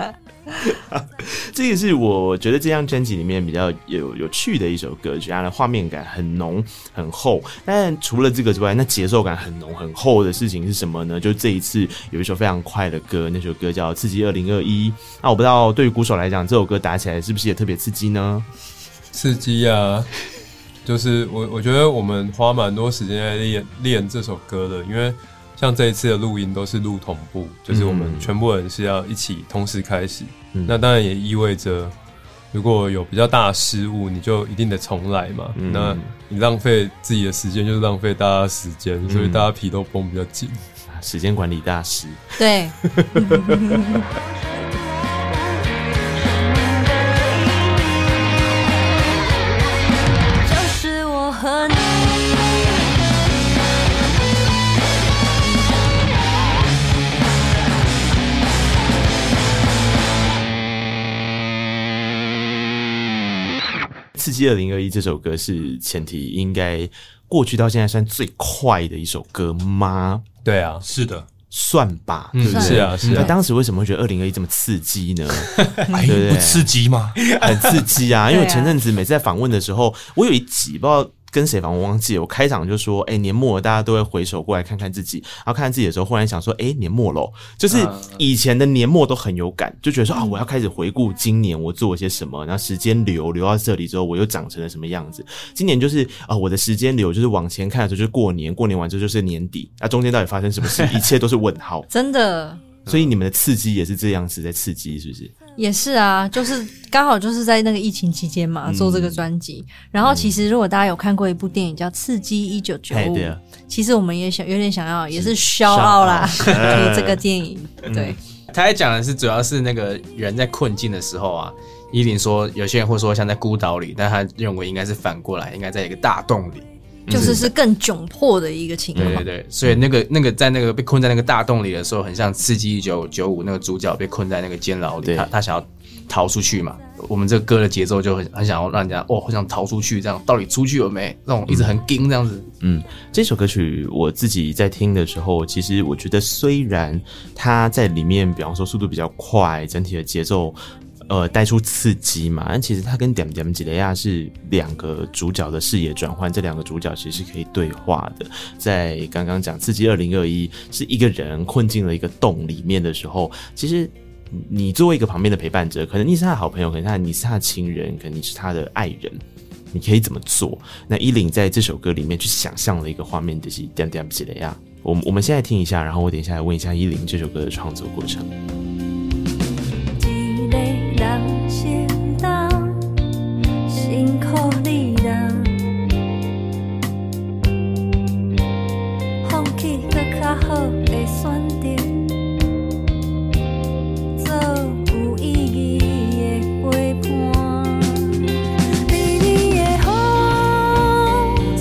这个是我觉得这张专辑里面比较有有趣的一首歌曲，它的画面感很浓很厚，但除了这个之外，那节奏感很浓很厚的事情是什么呢？就这一次有一首非常快的歌，那首歌叫《刺激二零二一》。那我不知道对于鼓手来讲，这首歌打起来是不是也特别刺激呢？ 刺激啊！就是我我觉得我们花蛮多时间在练练这首歌的，因为像这一次的录音都是录同步，就是我们全部人是要一起同时开始。嗯、那当然也意味着，如果有比较大的失误，你就一定得重来嘛。嗯、那你浪费自己的时间，就是浪费大家的时间，嗯、所以大家皮都绷比较紧。 时间管理大师， 对。 就是我和你。 刺激二零二一这首歌是前提，应该过去到现在算最快的一首歌吗？ 对啊， 是的， 算吧，对不对？ 是啊，是啊。 那当时为什么会觉得二零二一这么刺激呢？ 哎，不刺激吗？ 很刺激啊！因为前阵子每次在访问的时候，我有一集不知道跟谁访问忘记了，我开场就说，哎、欸，年末了，大家都会回首过来看看自己，然后看看自己的时候，忽然想说，哎、欸，年末咯，就是以前的年末都很有感，就觉得说啊，我要开始回顾今年我做了些什么，然后时间流流到这里之后，我又长成了什么样子。今年就是啊、呃，我的时间流就是往前看的时候就是过年，过年完之后就是年底，啊，中间到底发生什么事，一切都是问号。 真的。 所以你们的刺激也是这样子在刺激，是不是？ 也是啊，就是刚好就是在那个疫情期间嘛，做这个专辑。然后其实如果大家有看过一部电影叫《刺激一九九五》，其实我们也想有点想要，也是shout out啦，给这个电影。对， 他在讲的是主要是那个人在困境的时候啊，依林说有些人会说像在孤岛里，但他认为应该是反过来，应该在一个大洞里。 就是是更窘迫的一个情况， 对对对，所以那个那个在那个被困在那个大洞里的时候，很像《刺激一九九五》那个主角被困在那个监牢里，他他想要逃出去嘛。我们这个歌的节奏就很很想要让人家哦，很想逃出去，这样到底出去了没？那种一直很紧这样子。 嗯，这首歌曲我自己在听的时候，其实我觉得虽然它在里面，比方说速度比较快，整体的节奏。呃，带出刺激嘛，但其实他跟点点吉雷亚是两个主角的视野转换，这两个主角其实是可以对话的。在刚刚讲刺激二零二一是一个人困进了一个洞里面的时候，其实你作为一个旁边的陪伴者，可能你是他的好朋友，可能你是他的亲人，可能你是他的爱人，你可以怎么做？那依林在这首歌里面去想象了一个画面，就是点点吉雷亚。我我们现在听一下，然后我等一下来问一下依林这首歌的创作过程。 人生重，辛苦你人，放弃搁较好的选择，做有意义的陪伴。离你的风，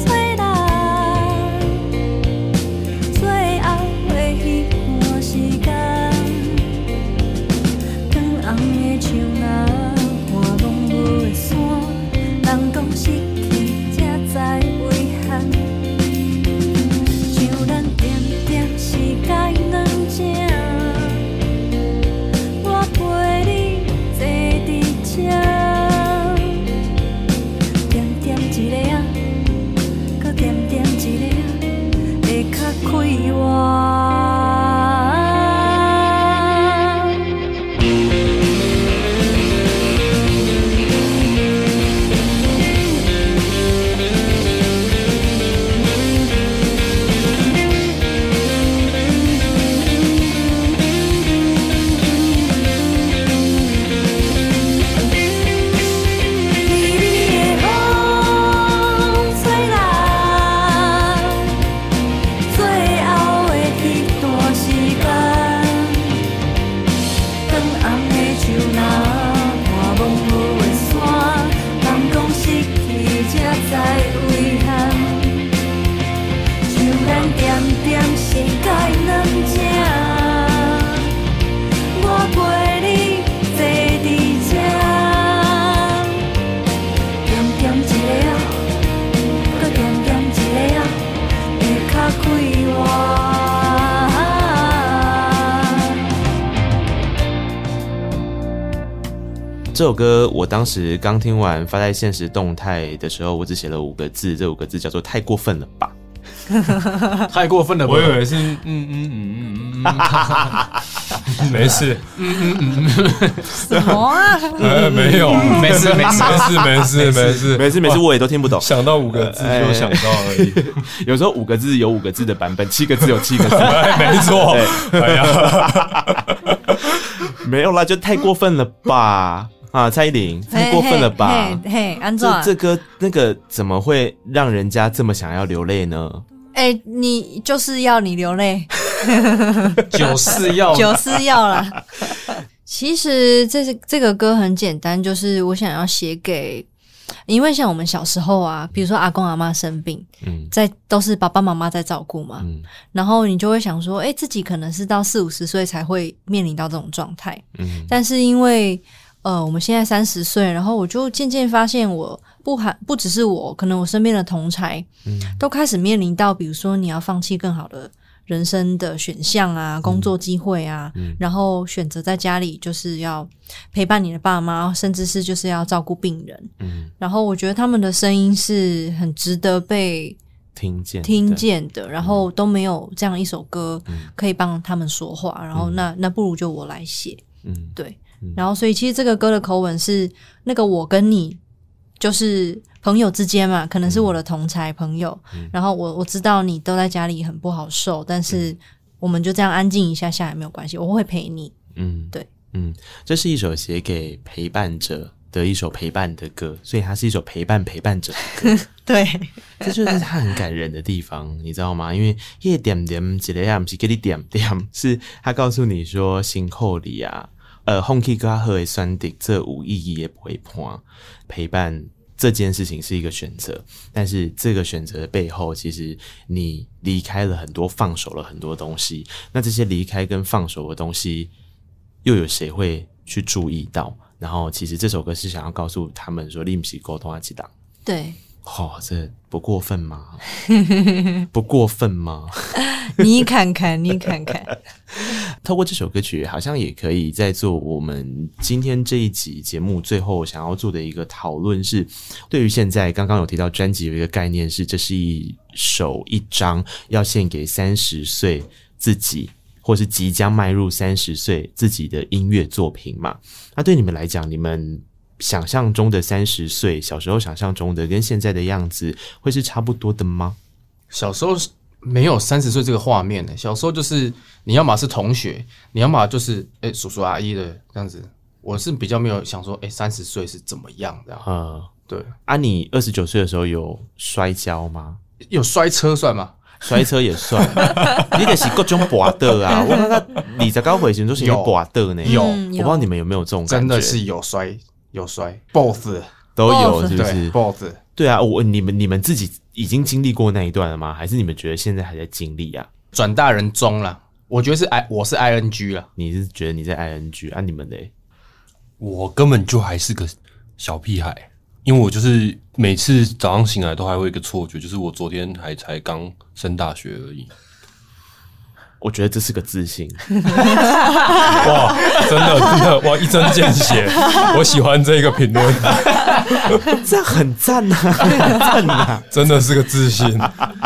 这首歌我当时刚听完发在现实动态的时候，我只写了五个字，这五个字叫做太过分了吧。 太过分了吧， 我以为是嗯嗯嗯嗯嗯，没事， 嗯嗯嗯嗯，什么啊？ 呃，没有， 没事没事没事没事没事没事没事，我也都听不懂。 想到五个字就想到而已。 有时候五个字有五个字的版本，七个字有七个字， 没错。哎呀， 没有啦，就太过分了吧。啊，蔡依林太过分了吧？ 嘿，嘿，安怎？ 这这歌那个怎么会让人家这么想要流泪呢？ 哎、欸，你就是要你流泪， 就是要， 就是要啦。其实这这个歌很简单，就是我想要写给，因为像我们小时候啊，比如说阿公阿嬷生病，嗯，在都是爸爸妈妈在照顾嘛，嗯，然后你就会想说，哎、欸，自己可能是到四五十岁才会面临到这种状态，嗯，但是因为呃，我们现在三十岁，然后我就渐渐发现我。不含不只是我，可能我身边的同侪，嗯，都开始面临到，比如说你要放弃更好的人生的选项啊，工作机会啊，嗯，然后选择在家里就是要陪伴你的爸妈，甚至是就是要照顾病人，嗯，然后我觉得他们的声音是很值得被听见听见的，然后都没有这样一首歌可以帮他们说话，然后那那不如就我来写，嗯，对，然后所以其实这个歌的口吻是那个我跟你。就是朋友之间嘛，可能是我的同侪朋友，嗯、然后我我知道你都在家里很不好受，但是我们就这样安静一下下也没有关系，我会陪你。嗯，对， 嗯，这是一首写给陪伴者的一首陪伴的歌，所以它是一首陪伴陪伴者的歌。 对， 这就是它很感人的地方，你知道吗？因为一点点一个呀，不是给你点点，是他告诉你说心口里啊。呃，放弃跟好的选择，这无意义也不会判。陪伴这件事情是一个选择，但是这个选择的背后，其实你离开了很多，放手了很多东西。那这些离开跟放手的东西，又有谁会去注意到？然后，其实这首歌是想要告诉他们说，你不是沟通啊，几档？ 对。 哦，这不过分吗？不过分吗？ 你看看，你看看。 透过这首歌曲，好像也可以在做我们今天这一集节目最后想要做的一个讨论是，对于现在刚刚有提到专辑有一个概念是，这是一首一张要献给三十岁自己，或是即将迈入三十岁自己的音乐作品嘛？那对你们来讲，你们想象中的三十岁，小时候想象中的跟现在的样子会是差不多的吗？ 小时候没有三十岁这个画面的，小时候就是你要么是同学，你要么就是哎、欸、叔叔阿姨的这样子。我是比较没有想说，哎、欸，三十岁是怎么样这样。嗯，对。 啊，你二十九岁的时候有摔跤吗？ 有摔车算吗？ 摔车也算，你得是各种拔的啊！我看到二十九岁前都是有拔的呢， 有， 我不知道你们有没有这种感觉， 真的是有摔。有摔 both 都有，是不是 both 对啊，我你们你们自己已经经历过那一段了吗？还是你们觉得现在还在经历啊？ 转大人中啦，我觉得是 I 我是 I N G 啦， 你是觉得你在 I N G 啊？你们嘞？ 我根本就还是个小屁孩，因为我就是每次早上醒来都还会有一个错觉，就是我昨天还才刚升大学而已。 我觉得这是个自信。 哇，真的真的哇，一针见血，我喜欢这个评论， 这很赞啊，很赞啊， 真的是个自信。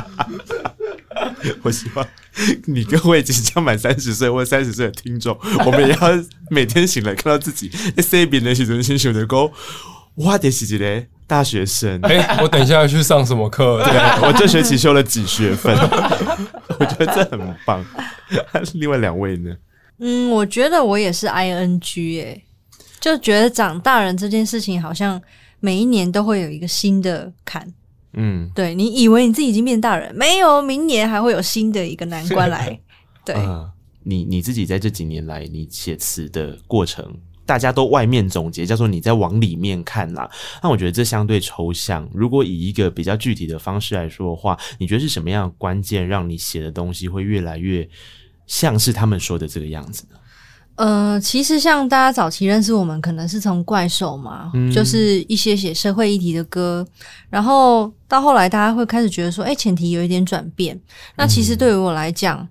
我希望你各位即将满三十岁或三十岁的听众，我们也要每天醒来看到自己在这边的时候，心想着说，我就是一个大学生。 哎、欸，我等一下要去上什么课？ 对，我这学期修了几学分？我觉得这很棒。另外两位呢？ 嗯，我觉得我也是 I N G 耶，就觉得长大人这件事情好像每一年都会有一个新的坎。嗯，对，你以为你自己已经变大人，没有，明年还会有新的一个难关来。对， 呃、你你自己在这几年来，你写词的过程，大家都外面总结叫做你在往里面看啦。那我觉得这相对抽象。如果以一个比较具体的方式来说的话，你觉得是什么样的关键让你写的东西会越来越像是他们说的这个样子呢？ 呃，其实像大家早期认识我们，可能是从怪兽嘛、嗯，就是一些写社会议题的歌，然后到后来大家会开始觉得说，哎、欸，前提有一点转变。那其实对于我来讲，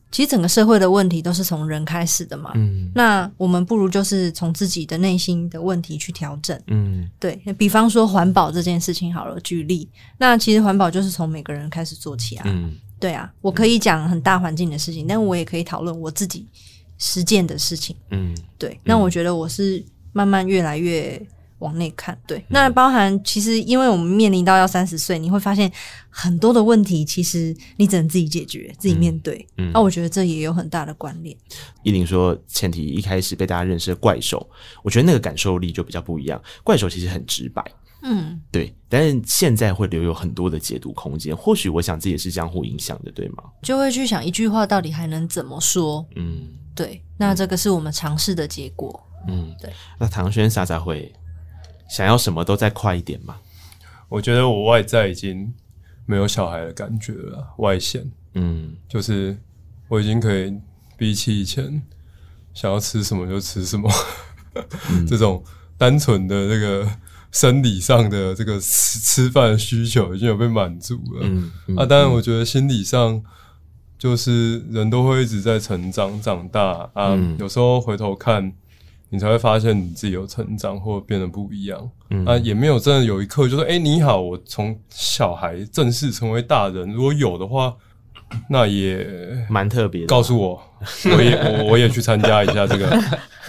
其实整个社会的问题都是从人开始的嘛，嗯，那我们不如就是从自己的内心的问题去调整，嗯，对，比方说环保这件事情好了，举例，那其实环保就是从每个人开始做起啊，嗯，对啊，我可以讲很大环境的事情，但我也可以讨论我自己实践的事情，嗯，对，那我觉得我是慢慢越来越往内看，对，那包含其实因为我们面临到要三十岁，你会发现很多的问题其实你只能自己解决，自己面对，那、嗯嗯啊、我觉得这也有很大的关联。 依林说前提一开始被大家认识的怪手，我觉得那个感受力就比较不一样，怪手其实很直白，嗯，对，但是现在会留有很多的解读空间，或许我想这也是相互影响的，对吗？ 就会去想一句话到底还能怎么说，嗯，对，那这个是我们尝试的结果，嗯，对。 那唐轩莎莎会想要什么都再快一点吗？ 我觉得我外在已经没有小孩的感觉了，外显，嗯，就是我已经可以比起以前想要吃什么就吃什么，嗯、这种单纯的这个生理上的这个吃吃饭的需求已经有被满足了。嗯嗯、啊，当然我觉得心理上就是人都会一直在成长长大啊，嗯、有时候回头看。你才会发现你自己有成长或变得不一样，嗯、啊，也没有真的有一刻就说，哎、欸，你好，我从小孩正式成为大人，如果有的话，那也蛮特别的。 告诉我，我也我我也去参加一下这个。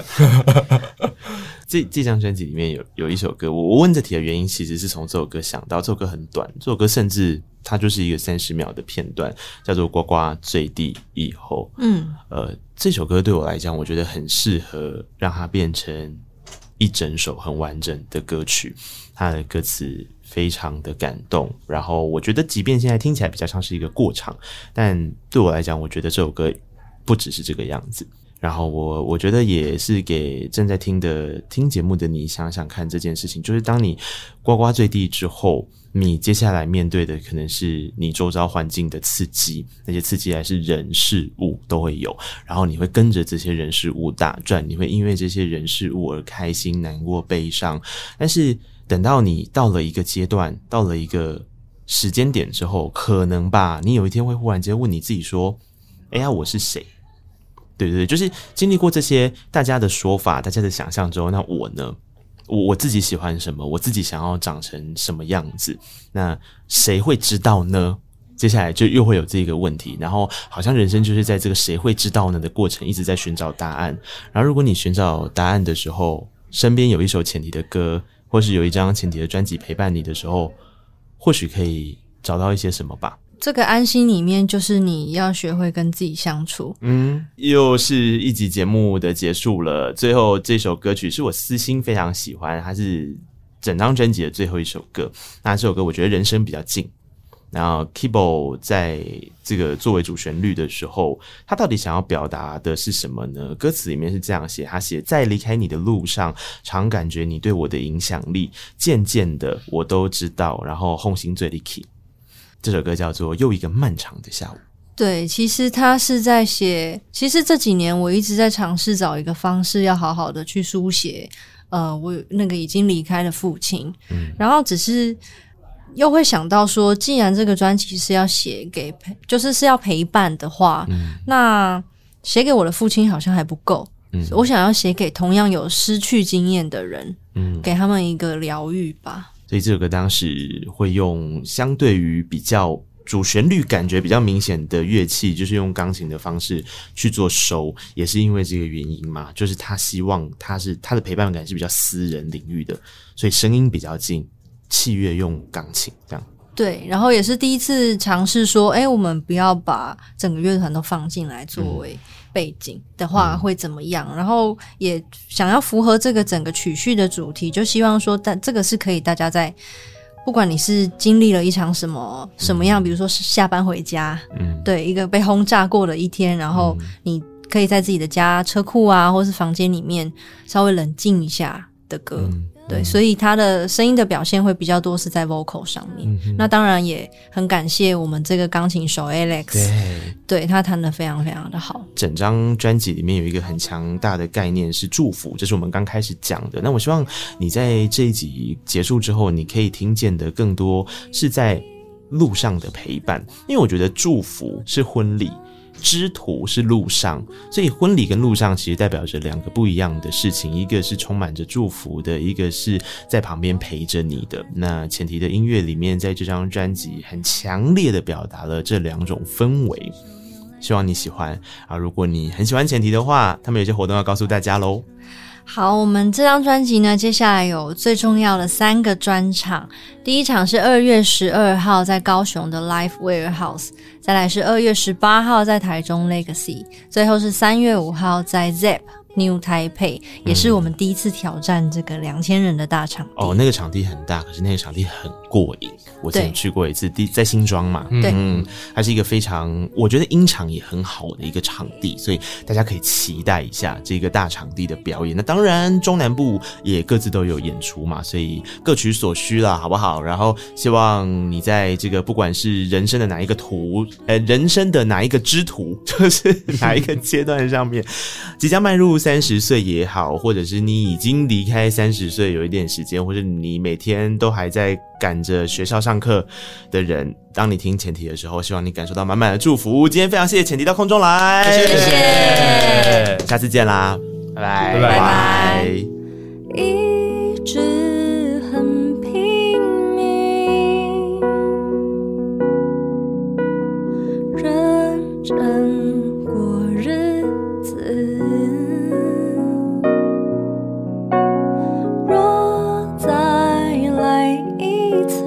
这这张专辑里面有有一首歌，我我问这题的原因，其实是从这首歌想到，这首歌很短，这首歌甚至它就是一个三十秒的片段，叫做《呱呱坠地以后》。嗯，呃，这首歌对我来讲，我觉得很适合让它变成一整首很完整的歌曲。它的歌词非常的感动，然后我觉得，即便现在听起来比较像是一个过场，但对我来讲，我觉得这首歌不只是这个样子。然后我我觉得也是给正在听的听节目的你想想看这件事情，就是当你呱呱坠地之后，你接下来面对的可能是你周遭环境的刺激，那些刺激还是人事物都会有，然后你会跟着这些人事物打转，你会因为这些人事物而开心、难过、悲伤。但是等到你到了一个阶段，到了一个时间点之后，可能吧，你有一天会忽然间问你自己说：“哎呀，我是谁？”对对对，就是经历过这些大家的说法、大家的想象之后，那我呢？我我自己喜欢什么？我自己想要长成什么样子？那谁会知道呢？接下来就又会有这个问题，然后好像人生就是在这个谁会知道呢的过程，一直在寻找答案。然后如果你寻找答案的时候，身边有一首前提的歌，或是有一张前提的专辑陪伴你的时候，或许可以找到一些什么吧。 这个安心里面就是你要学会跟自己相处。 嗯，又是一集节目的结束了。最后这首歌曲是我私心非常喜欢，它是整张专辑的最后一首歌。那这首歌我觉得人声比较近，然后 Kibo 在这个作为主旋律的时候，他到底想要表达的是什么呢？歌词里面是这样写，他写在离开你的路上，常感觉你对我的影响力，渐渐的我都知道，然后红心最离奇。这首歌叫做又一个漫长的下午。 对，其实他是在写，其实这几年我一直在尝试找一个方式，要好好的去书写呃，我那个已经离开的父亲、嗯、然后只是又会想到说，既然这个专辑是要写给陪，就是是要陪伴的话、嗯、那写给我的父亲好像还不够、嗯、我想要写给同样有失去经验的人、嗯、给他们一个疗愈吧。 所以这首歌当时会用相对于比较主旋律感觉比较明显的乐器，就是用钢琴的方式去做收，也是因为这个原因嘛，就是他希望他是他的陪伴感是比较私人领域的，所以声音比较近，器乐用钢琴这样。 对，然后也是第一次尝试说，哎，我们不要把整个乐团都放进来作为背景的话会怎么样、嗯、然后也想要符合这个整个曲序的主题，就希望说但这个是可以大家在不管你是经历了一场什么什么样、嗯、比如说下班回家、嗯、对，一个被轰炸过的一天，然后你可以在自己的家车库啊或是房间里面稍微冷静一下的歌、嗯对，所以他的声音的表现会比较多是在 vocal 上面、嗯、那当然也很感谢我们这个钢琴手 Alex， 对, 对他弹得非常非常的好。 整张专辑里面有一个很强大的概念是祝福，这是我们刚开始讲的，那我希望你在这一集结束之后，你可以听见的更多是在路上的陪伴，因为我觉得祝福是婚礼， 之途是路上，所以婚礼跟路上其实代表着两个不一样的事情，一个是充满着祝福的，一个是在旁边陪着你的。那前提的音乐里面在这张专辑很强烈的表达了这两种氛围，希望你喜欢啊！如果你很喜欢前提的话，他们有些活动要告诉大家咯。 好，我们这张专辑呢，接下来有最重要的三个专场。第一场是二月十二号在高雄的 Live Warehouse， 再来是二月十八号在台中 Legacy， 最后是三月五号在 Zep New Taipei， 也是我们第一次挑战这个两千人的大场地。 哦，那个场地很大，可是那个场地很过瘾。我之前去过一次，在新庄嘛， 对， 嗯，它是一个非常，我觉得音场也很好的一个场地，所以大家可以期待一下这个大场地的表演。那当然，中南部也各自都有演出嘛，所以各取所需啦，好不好？然后希望你在这个不管是人生的哪一个途，呃，人生的哪一个之途，就是哪一个阶段上面，即将迈入三十岁也好，或者是你已经离开三十岁有一点时间，或者你每天都还在赶着学校上课的人，当你听前提的时候，希望你感受到满满的祝福。今天非常谢谢前提到空中来， 谢谢， 下次见啦，拜拜， 拜拜，拜拜。 一直很拼命，认真过日子。若再来一次，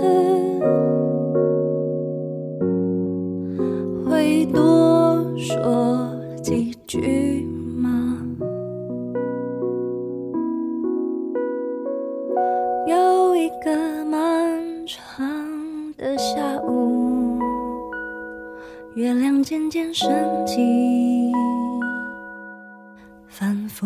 会多说几句吗？有一个漫长的下午，月亮渐渐升起，反复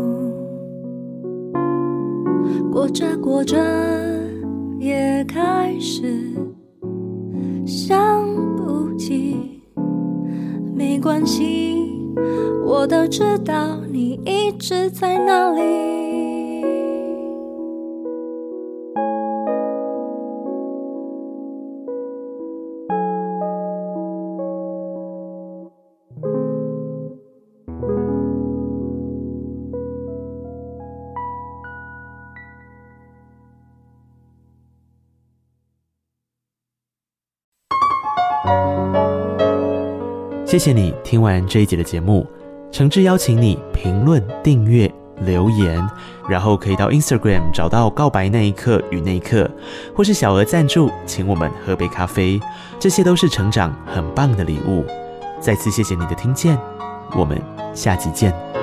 过着过着也开始想不起，没关系，我都知道你一直在哪里。 谢谢你听完这一集的节目，诚挚邀请你评论、订阅、留言，然后可以到 Instagram 找到告白那一刻与那一刻，或是小额赞助请我们喝杯咖啡，这些都是成长很棒的礼物。再次谢谢你的听见，我们下集见。